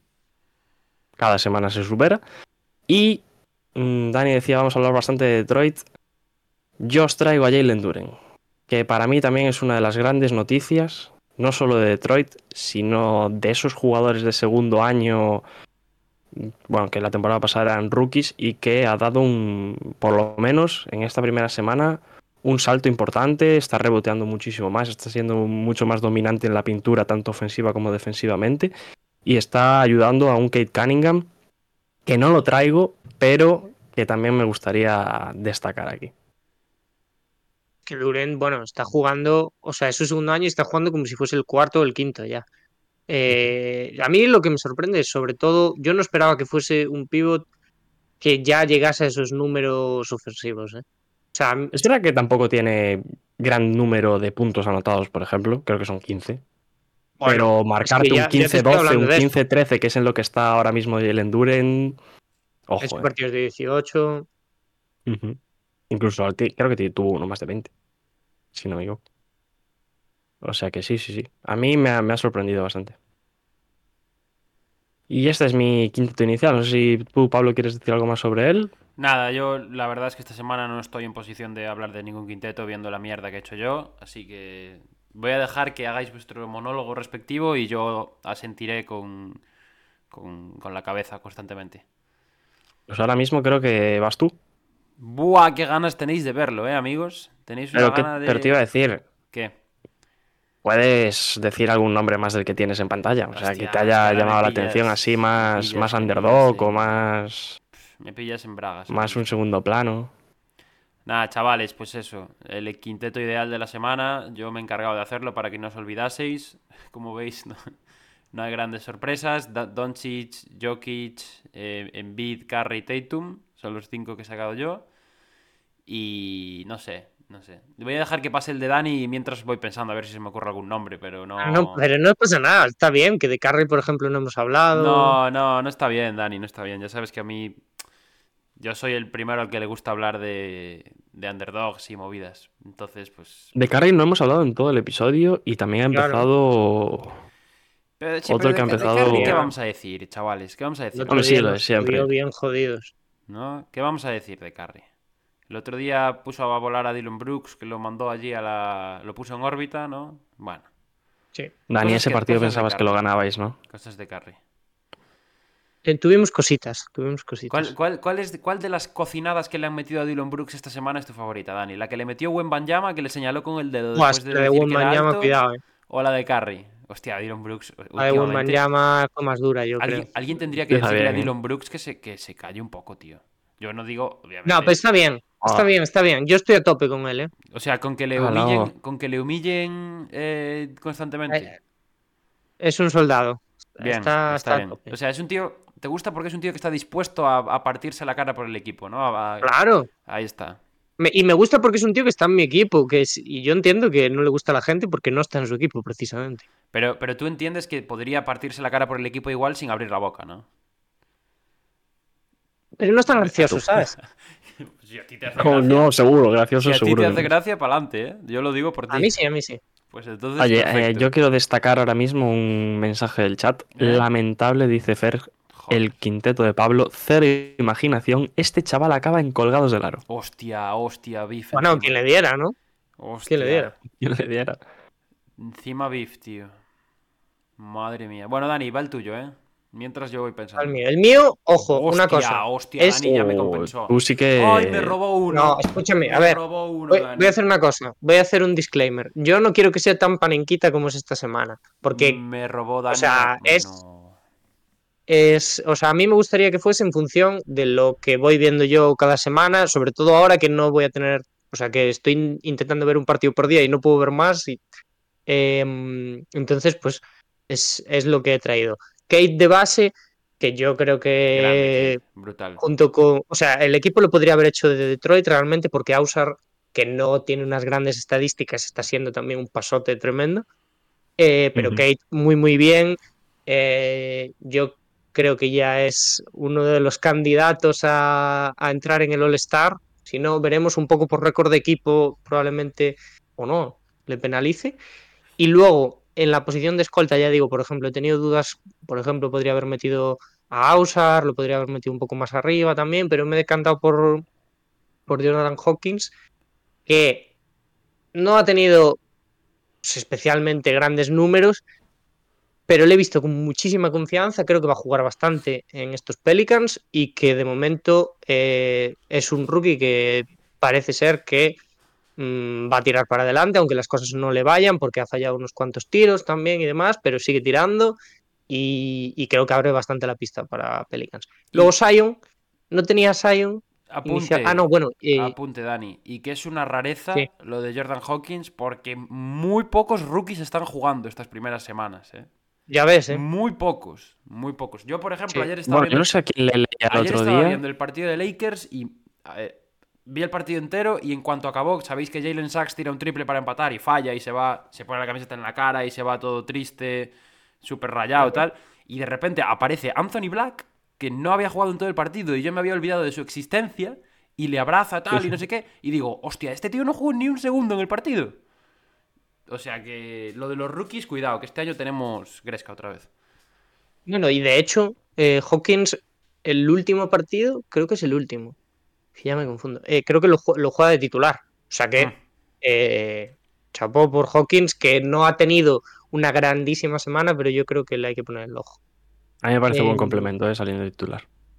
Cada semana se supera. Y mm, Dani decía, vamos a hablar bastante de Detroit. Yo os traigo a Jalen Duren, que para mí también es una de las grandes noticias, no solo de Detroit, sino de esos jugadores de segundo año, bueno, que la temporada pasada eran rookies y que ha dado un, por lo menos en esta primera semana, un salto importante, está reboteando muchísimo más, está siendo mucho más dominante en la pintura, tanto ofensiva como defensivamente, y está ayudando a un Kate Cunningham, que no lo traigo, pero que también me gustaría destacar aquí. Que Duren, bueno, está jugando, o sea, es su segundo año y está jugando como si fuese el cuarto o el quinto ya. Eh, a mí lo que me sorprende es, sobre todo, yo no esperaba que fuese un pivot que ya llegase a esos números ofensivos, ¿eh? O sea, Es verdad que tampoco tiene gran número de puntos anotados, por ejemplo, creo que son quince. bueno, Pero es marcarte que ya, un ya te quince estoy doce, hablando un de esto. quince trece, que es en lo que está ahora mismo el Enduren, Ha ojo, hecho eh. partidos de dieciocho. Ujú. Incluso ti- creo que ti- tuvo uno más de veinte, si no me equivoco. O sea que sí, sí, sí. A mí me ha, me ha sorprendido bastante. Y este es mi quinteto inicial. No sé si tú, Pablo, quieres decir algo más sobre él. Nada, yo la verdad es que esta semana no estoy en posición de hablar de ningún quinteto viendo la mierda que he hecho yo, así que voy a dejar que hagáis vuestro monólogo respectivo y yo asentiré con, con, con la cabeza constantemente. Pues ahora mismo creo que vas tú. Buah, qué ganas tenéis de verlo, eh, amigos. Tenéis una Pero, ¿qué, gana de... pero te iba a decir, ¿Qué? puedes decir algún nombre más del que tienes en pantalla. O sea, Hostia, que te haya es que ahora llamado me la pillas- atención así me más, pillas más que no underdog sé. o más, Me pillas en bragas. ahora más un mismo. segundo plano. Nada, chavales, pues eso. El quinteto ideal de la semana. Yo me he encargado de hacerlo para que no os olvidaseis. Como veis, no, no hay grandes sorpresas. Da- Doncic, Jokic, eh, Embiid, Curry, Tatum. Son los cinco que he sacado yo. Y no sé, no sé. Voy a dejar que pase el de Dani mientras voy pensando a ver si se me ocurre algún nombre, pero no... No, pero no pasa nada, está bien, que de Curry, por ejemplo, no hemos hablado. No, no, no está bien, Dani, no está bien. Ya sabes que a mí... Yo soy el primero al que le gusta hablar de, de underdogs y movidas. Entonces, pues... De Curry no hemos hablado en todo el episodio y también ha Claro. empezado Pero, sí, otro pero que ha de, de empezado... Curry, ¿qué vamos a decir, chavales? ¿Qué vamos a El decir? otro Hombre, sí, día lo de nos siempre. jodió bien jodidos. ¿No? ¿Qué vamos a decir de Curry? El otro día puso a volar a Dylan Brooks, que lo mandó allí a la... Lo puso en órbita, ¿no? Bueno, Sí. Dani, Cosas ese que- partido cosas de pensabas que lo Curry. ganabais, ¿no? cosas de Curry. Eh, tuvimos cositas, tuvimos cositas. ¿Cuál, cuál, cuál, es, ¿Cuál de las cocinadas que le han metido a Dylan Brooks esta semana es tu favorita, Dani? ¿La que le metió Wembanyama, que le señaló con el dedo Buah, después de la de decir que era Wembanyama, alto? cuidado, eh. ¿O la de Curry? Hostia, Dylan Brooks, La de últimamente... Wembanyama fue más dura, yo Alguien, creo. alguien tendría que Empieza decirle a bien, ¿eh? Dylan Brooks que se, que se calle un poco, tío. Yo no digo, obviamente. No, pero está bien. Está Ah. bien, está bien. Yo estoy a tope con él, ¿eh? O sea, con que le Ah, no. humillen, con que le humillen eh, constantemente. Eh, Es un soldado. Bien, Está, está está a bien. tope. O sea, es un tío. ¿Te gusta porque es un tío que está dispuesto a, a partirse la cara por el equipo, ¿no? A- a- Claro. ahí está. Me- y me gusta porque es un tío que está en mi equipo. Que es, y yo entiendo que no le gusta a la gente porque no está en su equipo, precisamente. Pero, pero tú entiendes que podría partirse la cara por el equipo igual sin abrir la boca, ¿no? Pero no es tan gracioso, ¿sabes? Si a ti te hace Oh, gracia, no, seguro, si gracioso, a ti seguro. te que hace no. gracia, para adelante, ¿eh? Yo lo digo por ti. A mí sí, a mí sí. Pues entonces, Oye, eh, perfecto. yo quiero destacar ahora mismo un mensaje del chat. ¿Eh? Lamentable, dice Fer, Joder. el quinteto de Pablo, cero imaginación. Este chaval acaba en colgados del aro. Hostia, hostia, Beef. Bueno, encima. quien le diera, ¿no? Hostia. Quien le diera. Yo le diera. Encima Beef, tío. Madre mía. Bueno, Dani, va el tuyo, ¿eh? Mientras yo voy pensando. Al mío. El mío, ojo, Hostia, una cosa. hostia, es... Dani ya me Oh, compensó. tú sí que- ¡Ay, me robó uno! No, escúchame, Me a ver. robó uno, Voy, Dani. voy a hacer una cosa. Voy a hacer un disclaimer. Yo no quiero que sea tan panenquita como es esta semana. Porque, Me robó Dani. sea, la- es- No. es, o sea, a mí me gustaría que fuese en función de lo que voy viendo yo cada semana, sobre todo ahora que no voy a tener, o sea, que estoy in- intentando ver un partido por día y no puedo ver más. Y, em, entonces, pues es, es lo que he traído. Kate de base, que yo creo que Grande, Kate. Brutal. junto con, o sea, el equipo lo podría haber hecho de Detroit realmente porque Ausar, que no tiene unas grandes estadísticas, está siendo también un pasote tremendo. Eh, pero Ujú. Kate muy muy bien. Eh, yo creo que ya es uno de los candidatos a, a entrar en el All-Star. Si no, veremos un poco por récord de equipo, probablemente o no, le penalice. Y luego, en la posición de escolta, ya digo, por ejemplo, he tenido dudas, por ejemplo, podría haber metido a Ausar, lo podría haber metido un poco más arriba también, pero me he decantado por, por Jordan Hawkins, que no ha tenido pues, especialmente grandes números, pero le he visto con muchísima confianza, creo que va a jugar bastante en estos Pelicans y que de momento eh, es un rookie que parece ser que mmm, va a tirar para adelante, aunque las cosas no le vayan, porque ha fallado unos cuantos tiros también y demás, pero sigue tirando y, y creo que abre bastante la pista para Pelicans. Luego Zion, no tenía Zion inicial. Apunte. Ah, no, bueno. Eh, Apunte, Dani. Y que es una rareza sí. lo de Jordan Hawkins porque muy pocos rookies están jugando estas primeras semanas, ¿eh? Ya ves, ¿eh? Muy pocos, muy pocos. Yo, por ejemplo, Sí. ayer estaba Bueno, yo viendo, no sé a quién le leía el ayer otro estaba día. viendo el partido de Lakers y eh, vi el partido entero y en cuanto acabó, sabéis que Jalen Sachs tira un triple para empatar y falla y se va, se pone la camiseta en la cara y se va todo triste, súper rayado y tal. Y de repente aparece Anthony Black, que no había jugado en todo el partido y yo me había olvidado de su existencia y le abraza tal y no sé qué. Y digo, hostia, este tío no jugó ni un segundo en el partido. O sea que lo de los rookies, cuidado, que este año tenemos Gresca otra vez. Bueno, y de hecho, eh, Hawkins, el último partido, creo que es el último. Que ya me confundo. Eh, creo que lo, ju- lo juega de titular. O sea que, Mm. eh, chapó por Hawkins, que no ha tenido una grandísima semana, pero yo creo que le hay que poner el ojo. A mí me parece Eh, buen complemento, ¿eh? Saliendo de titular.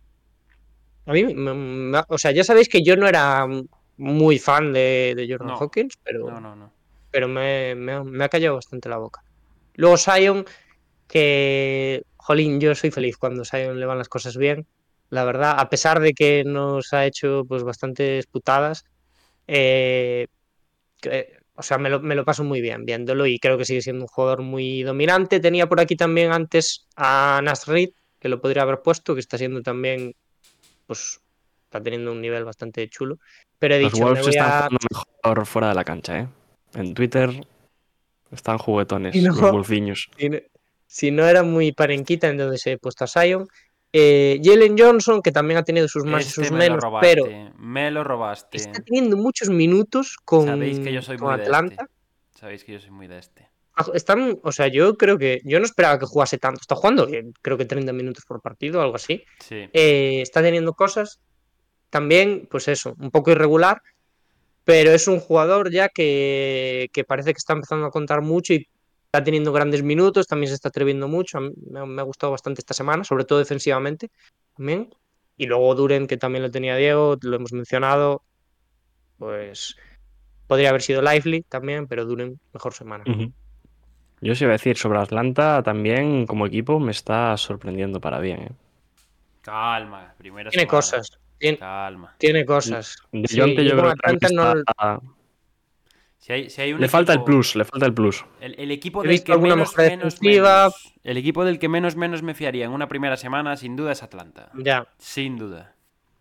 A mí, me- me- o sea, ya sabéis que yo no era muy fan de, de Jordan No. Hawkins, pero, No, no, no. pero me, me ha- me ha callado bastante la boca. Luego Zion, que, jolín, yo soy feliz cuando a Zion le van las cosas bien. La verdad, a pesar de que nos ha hecho pues bastantes putadas, eh, que- o sea, me lo, me lo paso muy bien viéndolo y creo que sigue siendo un jugador muy dominante. Tenía por aquí también antes a Nas Reed, que lo podría haber puesto, que está siendo también, pues, está teniendo un nivel bastante chulo. Pero he Los dicho, me Wolves voy están a... jugando mejor fuera de la cancha, ¿eh? En Twitter están juguetones Y no- los wolfiños. Si no, si no era muy parenquita, entonces he puesto a Zion. Eh, Jalen Johnson, que también ha tenido sus más y Este sus me lo menos, robaste. pero Me lo robaste. está teniendo muchos minutos con, Sabéis que yo soy con muy de Atlanta. este. Sabéis que yo soy muy de este. Están, o sea, yo creo que yo no esperaba que jugase tanto. Está jugando, eh, creo que treinta minutos por partido, algo así. Sí. Eh, está teniendo cosas también, pues eso, un poco irregular, pero es un jugador ya que, que parece que está empezando a contar mucho y está teniendo grandes minutos, también se está atreviendo mucho. A mí me, ha- me ha gustado bastante esta semana, sobre todo defensivamente también. Y luego Duren, que también lo tenía Diego, lo hemos mencionado, pues podría haber sido Lively también, pero Duren mejor semana. Ujú. Yo os iba a decir, sobre Atlanta también como equipo me está sorprendiendo para bien, ¿eh? Calma, primera Tiene semana. cosas. Tien- Calma. tiene cosas. De Sí, Jonte yo yo con creo que también Atlanta no está... Si hay, si hay un Le falta el equipo- plus, le falta el plus. El, el equipo he del visto que alguna menos, mejora menos, defensiva. menos. El equipo del que menos, menos me fiaría en una primera semana, sin duda, es Atlanta. Ya. Sin duda.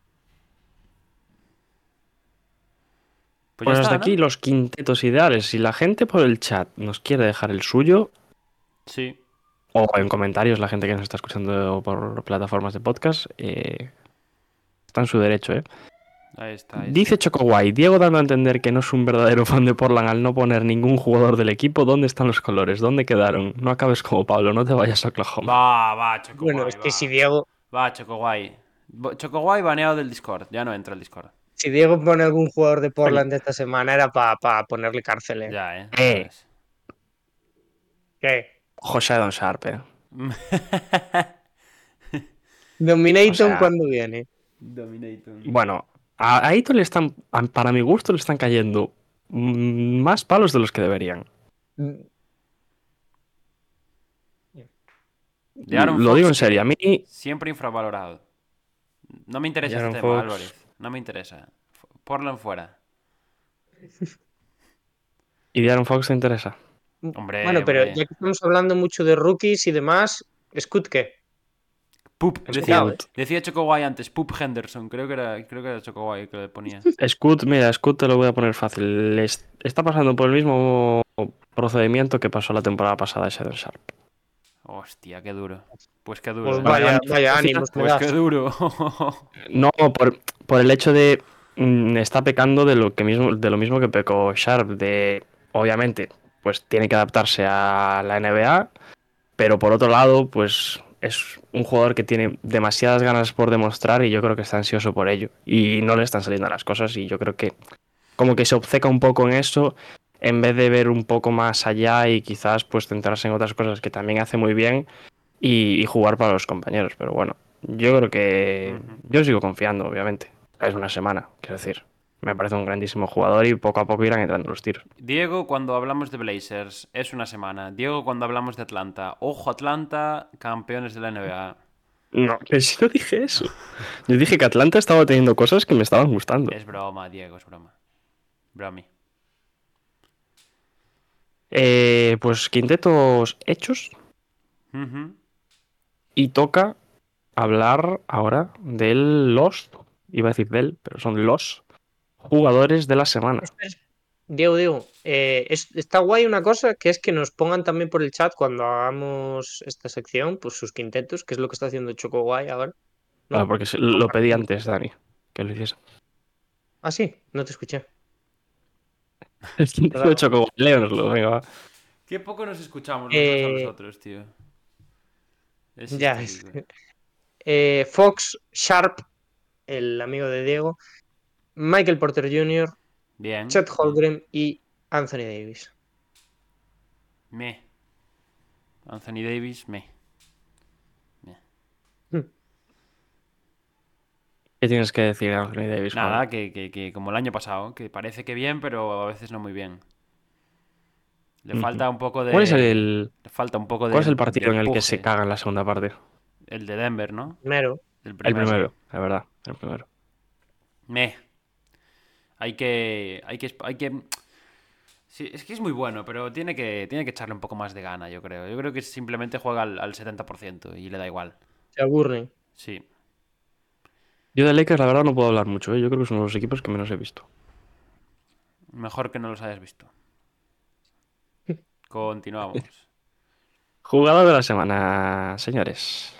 Pues Pues ya hasta está, aquí ¿no? los quintetos ideales. Si la gente por el chat nos quiere dejar el suyo, Sí. o en comentarios la gente que nos está escuchando por plataformas de podcast, eh, está en su derecho, ¿eh? Ahí está. Ahí Dice está. Chocoguay, Diego dando a entender que no es un verdadero fan de Portland al no poner ningún jugador del equipo. ¿Dónde están los colores? ¿Dónde quedaron? No acabes como Pablo, no te vayas a Oklahoma. Va, va, Choco Bueno, Guay, es que va. si Diego, Va, Choco Guay. Bo- Choco Guay baneado del Discord. Ya no entra al Discord. si Diego pone algún jugador de Oye. Portland esta semana era para ponerle cárcel. ¿eh? Ya, eh. Eh. Ya ves. ¿Qué? José Don Sharp, eh. Dominaton O sea- cuando viene. Dominator. Bueno, a Aito le están, a- para mi gusto, le están cayendo mm, más palos de los que deberían. De Aaron Lo Fox, digo en que serio, a mí Siempre infravalorado. No me interesa De este Aaron tema, Fox. Álvarez. No me interesa. F- Portland fuera. y de Aaron Fox te interesa. Hombre, Bueno, pero hombre. ya que estamos hablando mucho de rookies y demás, Scoot, ¿qué? Pup, Es decía, cuidado, eh. decía Choco Guay antes, Pup Henderson, creo que era, creo que era Choco Guay que le ponía. Scoot, mira, Scoot te lo voy a poner fácil. Le es- está pasando por el mismo procedimiento que pasó la temporada pasada ese Don Sharp. Hostia, qué duro. Pues qué duro. Pues eh. vaya, Vale, vaya al ánimos me Pues das. qué duro. No, por, por el hecho de mm, está pecando de lo que mismo, de lo mismo que pecó Sharp, de obviamente, pues tiene que adaptarse a la N B A, pero por otro lado, pues es un jugador que tiene demasiadas ganas por demostrar y yo creo que está ansioso por ello. Y no le están saliendo las cosas y yo creo que como que se obceca un poco en eso en vez de ver un poco más allá y quizás pues centrarse en otras cosas que también hace muy bien y, y jugar para los compañeros. Pero bueno, yo creo que Ujú. yo sigo confiando, obviamente. Es una semana, quiero decir. Me parece un grandísimo jugador y poco a poco irán entrando los tiros. Diego, cuando hablamos de Blazers, es una semana. Diego, cuando hablamos de Atlanta, ojo Atlanta, campeones de la N B A. No, que si no dije eso. Yo dije que Atlanta estaba teniendo cosas que me estaban gustando. Es broma, Diego, es broma. Bromi. Eh, pues quintetos hechos Ujú. y toca hablar ahora de los, iba a decir del, pero son los jugadores de la semana. Diego, Diego, eh, es- está guay una cosa que es que nos pongan también por el chat cuando hagamos esta sección, pues sus quintetos, que es lo que está haciendo Choco Guay ahora. ¿no? Claro, porque se- lo pedí antes, Dani, que lo hiciese. Ah, sí, no te escuché. El quinteto de Choco, léonoslo, venga, va. Qué poco nos escuchamos los Eh, unos a los otros, tío. Es Ya, es- histérico. eh, Fox, Sharp, el amigo de Diego, Michael Porter junior, Bien. Chet bien. Holmgren y Anthony Davis. Me. Anthony Davis, me. ¿Qué tienes que decir, Anthony Davis? Nada, Juan? que, que, que como el año pasado, que parece que bien, pero a veces no muy bien. Le Ujú. falta un poco de. ¿Cuál es el, Le falta un poco de. cuál es el partido de en el que empuje. se caga en la segunda parte? El de Denver, ¿no? Primero, El El primero. primero, es verdad, el primero. Me. Hay que. Hay que. Hay que. Sí, es que es muy bueno, pero tiene que, tiene que echarle un poco más de gana, yo creo. Yo creo que simplemente juega al, al setenta por ciento y le da igual. se aburren. Sí. Yo de Lakers, la verdad, no puedo hablar mucho, ¿eh? Yo creo que es uno de los equipos que menos he visto. Mejor que no los hayas visto. Continuamos. Jugador de la semana, señores.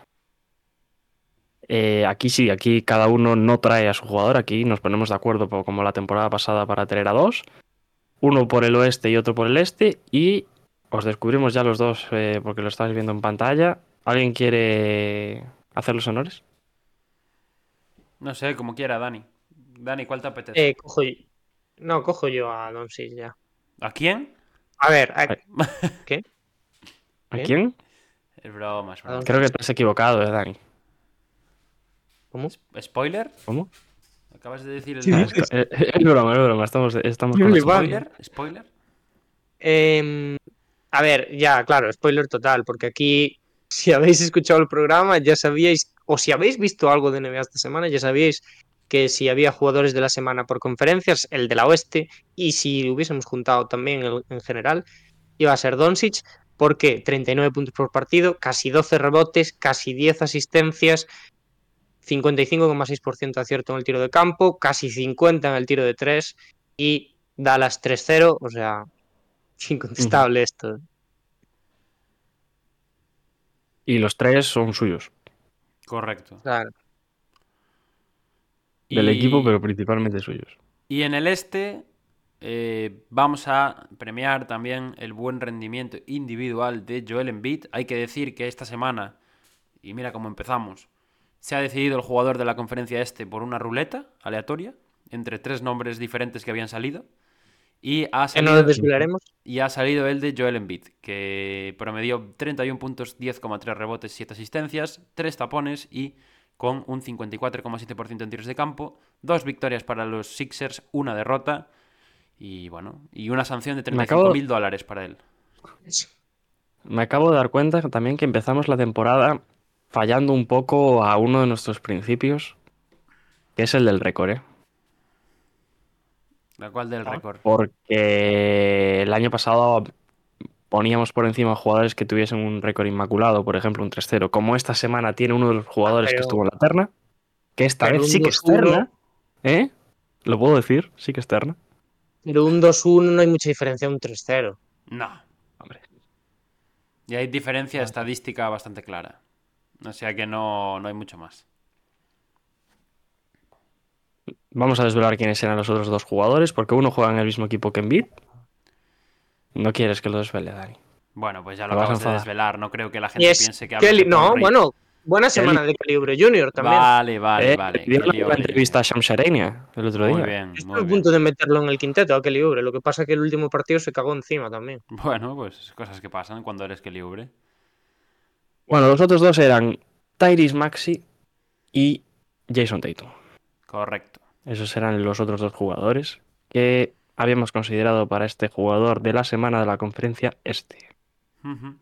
Eh, aquí sí, aquí cada uno no trae a su jugador. Aquí nos ponemos de acuerdo, po- como la temporada pasada, para tener a dos. Uno por el oeste y otro por el este. Y os descubrimos ya los dos eh, porque lo estáis viendo en pantalla. ¿Alguien quiere hacer los honores? No sé, como quiera, Dani. Dani, ¿cuál te apetece? Eh, cojo yo. No, cojo yo a Doncic ya. ¿A quién? A ver, a- Ay. ¿qué? ¿A ¿Eh? quién? Es broma, es broma. Creo que te has equivocado, ¿eh, Dani? ¿Cómo? ¿Spoiler? ¿Cómo? Acabas de decir el Sí, nombre. Es, es- es broma, es broma. Estamos, estamos Yo con le los va. ¿Spoiler? ¿Spoiler? Em, a ver, ya, claro, spoiler total, porque aquí, si habéis escuchado el programa, ya sabíais, o si habéis visto algo de N B A esta semana, ya sabíais que si había jugadores de la semana por conferencias, el de la oeste, y si hubiésemos juntado también el, en general, iba a ser Doncic, porque treinta y nueve puntos por partido, casi doce rebotes, casi diez asistencias, cincuenta y cinco coma seis por ciento de acierto en el tiro de campo, casi cincuenta en el tiro de tres y Dallas tres cero, o sea, incontestable uh-huh. esto. Y los tres son suyos. Correcto. Claro. Del y... equipo, pero principalmente suyos. Y en el este eh, vamos a premiar también el buen rendimiento individual de Joel Embiid. Hay que decir que esta semana, y mira cómo empezamos, se ha decidido el jugador de la conferencia este por una ruleta aleatoria entre tres nombres diferentes que habían salido. Y ha salido, ¿Que no lo desvelaremos? Y ha salido el de Joel Embiid, que promedió treinta y uno puntos, diez coma tres rebotes, siete asistencias, tres tapones y con un cincuenta y cuatro coma siete por ciento en tiros de campo, dos victorias para los Sixers, una derrota y bueno, y una sanción de treinta y cinco mil dólares para él. Me acabo de dar cuenta también que empezamos la temporada fallando un poco a uno de nuestros principios, que es el del récord, ¿eh? ¿La cual del récord? Porque el año pasado poníamos por encima jugadores que tuviesen un récord inmaculado, por ejemplo un tres cero. Como esta semana tiene uno de los jugadores pero, que estuvo en la terna, que esta vez sí que es terna, ¿eh? ¿Lo puedo decir? Sí que es terna. Pero un dos uno no hay mucha diferencia a un tres cero. No. Hombre. Y hay diferencia ah, estadística bastante clara. O sea que no, no hay mucho más. Vamos a desvelar quiénes eran los otros dos jugadores, porque uno juega en el mismo equipo que Embiid. No quieres que lo desvele, Dani. Bueno, pues ya lo acabas de desvelar. No creo que la gente yes. piense que... Kelly... No, bueno, buena semana Kelly... de Kelly Oubre junior también. Vale, vale, eh, vale. Dio una entrevista a Shams Charania el otro muy día. Bien, muy Estoy a bien. punto de meterlo en el quinteto a Kelly Oubre. Lo que pasa es que el último partido se cagó encima también. Bueno, pues cosas que pasan cuando eres Kelly Oubre. Bueno, los otros dos eran Tyrese Maxey y Jason Tatum. Correcto. Esos eran los otros dos jugadores que habíamos considerado para este jugador de la semana de la conferencia este. Uh-huh.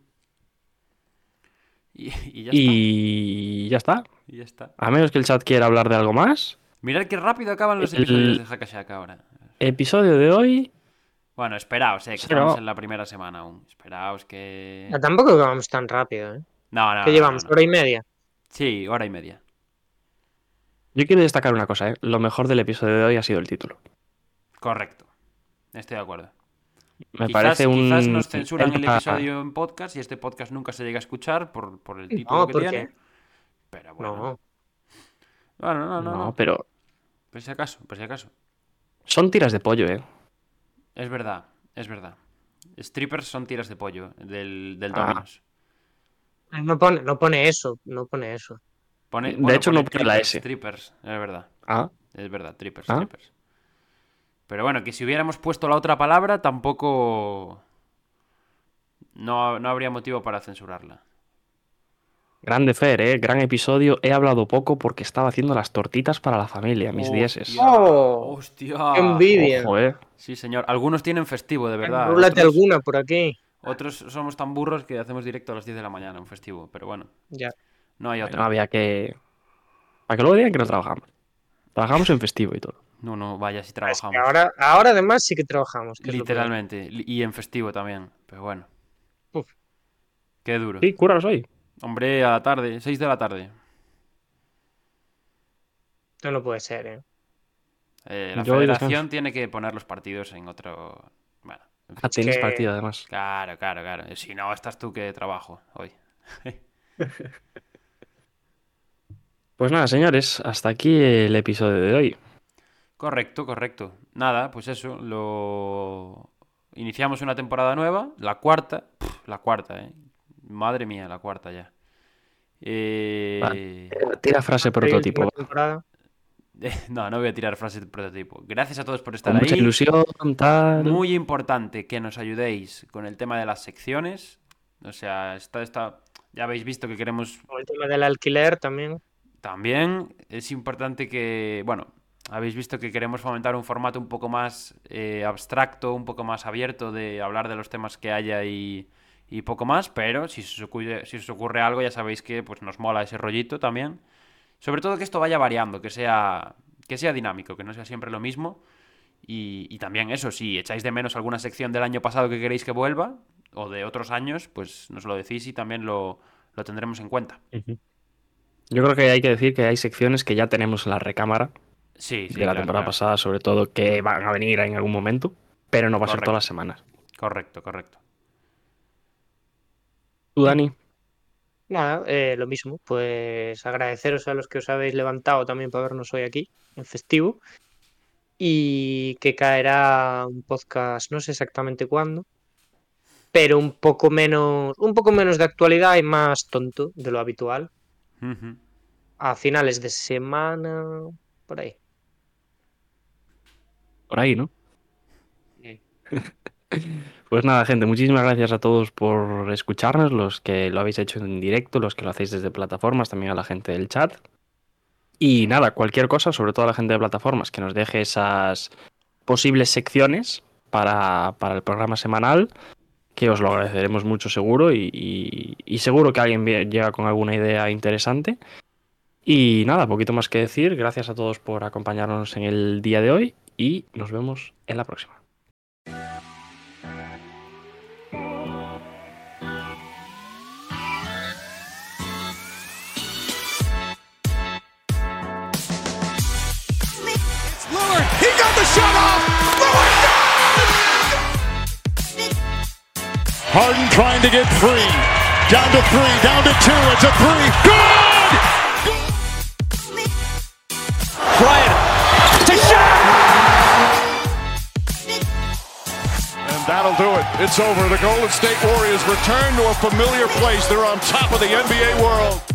Y, y, ya y ya está. Y ya está. A menos que el chat quiera hablar de algo más. Mirad qué rápido acaban los el... episodios de Hackashack ahora. Episodio de hoy. Bueno, esperaos, eh, que Pero... estamos en la primera semana aún. Esperaos que... No, tampoco acabamos tan rápido, ¿eh? No, no. ¿Qué no, llevamos? no, no. ¿Hora y media? Sí, hora y media. Yo quiero destacar una cosa, ¿eh? Lo mejor del episodio de hoy ha sido el título. Correcto. Estoy de acuerdo. Me quizás, parece un... Quizás nos censuran el episodio en podcast y este podcast nunca se llega a escuchar por, por el título no, que ¿por tiene. Qué? Pero bueno. No. Bueno, no, no, no. No, pero... Por si acaso, por si acaso. Son tiras de pollo, ¿eh? Es verdad, es verdad. Strippers son tiras de pollo del, del Ah. Domino's. No pone, no pone eso, no pone eso. Pone, de bueno, hecho pone no pone la S. Strippers, es verdad. Ah. Es verdad, trippers, ¿Ah? trippers. Pero bueno, que si hubiéramos puesto la otra palabra, tampoco... No, no habría motivo para censurarla. Grande Fer, ¿eh? Gran episodio. He hablado poco porque estaba haciendo las tortitas para la familia, mis dieces. ¡Oh! ¡Hostia! ¡Qué envidia! Ojo, ¿eh? Sí, señor. Algunos tienen festivo, de verdad. Rúlate otros, alguna por aquí. Otros somos tan burros que hacemos directo a las diez de la mañana, un festivo. Pero bueno, Ya. no hay otra. No había que... Para que luego digan que no trabajamos. Trabajamos en festivo y todo. No, no, vaya si Es trabajamos. que ahora, ahora además sí que trabajamos. Que Literalmente. Y en festivo también. Pero bueno. Uf. Qué duro. Sí, cúralos hoy. Hombre, a la tarde, seis de la tarde. Esto no puede ser, ¿eh? eh la Yo federación tiene que poner los partidos en otro... Bueno. En fin. Ah, tienes que... partido además. Claro, claro, claro. Si no, estás tú que trabajo hoy. Pues nada, señores, hasta aquí el episodio de hoy. Correcto, correcto. Nada, pues eso, lo... Iniciamos una temporada nueva, la cuarta. Pff, la cuarta, ¿eh? Madre mía, la cuarta ya. Eh... Vale. Tira frase prototipo. No, no voy a tirar frase prototipo. Gracias a todos por estar con mucha ahí. Ilusión, tal... Muy importante que nos ayudéis con el tema de las secciones. O sea, está, está... ya habéis visto que queremos... Con el tema del alquiler también. También es importante que... Bueno, habéis visto que queremos fomentar un formato un poco más eh, abstracto, un poco más abierto de hablar de los temas que haya y... y poco más, pero si os ocurre, si os ocurre algo ya sabéis que pues nos mola ese rollito también. Sobre todo que esto vaya variando, que sea que que sea dinámico, que no sea siempre lo mismo. Y, y también eso, si echáis de menos alguna sección del año pasado que queréis que vuelva, o de otros años, pues nos lo decís y también lo, lo tendremos en cuenta. Uh-huh. Yo creo que hay que decir que hay secciones que ya tenemos en la recámara sí, sí, de la claro, temporada claro. pasada, sobre todo, que van a venir en algún momento, pero no va a ser Correcto. todas las semanas. Correcto, correcto. ¿Tú, Dani? Nada, eh, lo mismo. Pues agradeceros a los que os habéis levantado también para vernos hoy aquí, en festivo. Y que caerá un podcast, no sé exactamente cuándo, pero un poco menos, un poco menos de actualidad y más tonto de lo habitual. Uh-huh. A finales de semana, por ahí. Por ahí, ¿no? Sí. Pues nada, gente, muchísimas gracias a todos por escucharnos, los que lo habéis hecho en directo, los que lo hacéis desde plataformas, también a la gente del chat. Y nada, cualquier cosa, sobre todo a la gente de plataformas, que nos deje esas posibles secciones para, para el programa semanal, que os lo agradeceremos mucho seguro y, y, y seguro que alguien llega con alguna idea interesante. Y nada, poquito más que decir, gracias a todos por acompañarnos en el día de hoy y nos vemos en la próxima. Lillard, he got the shot off. Lillard does! Harden trying to get free. Down to three, down to two. It's a three. Good! Bryant to shot! And that'll do it. It's over. The Golden State Warriors return to a familiar place. They're on top of the N B A world.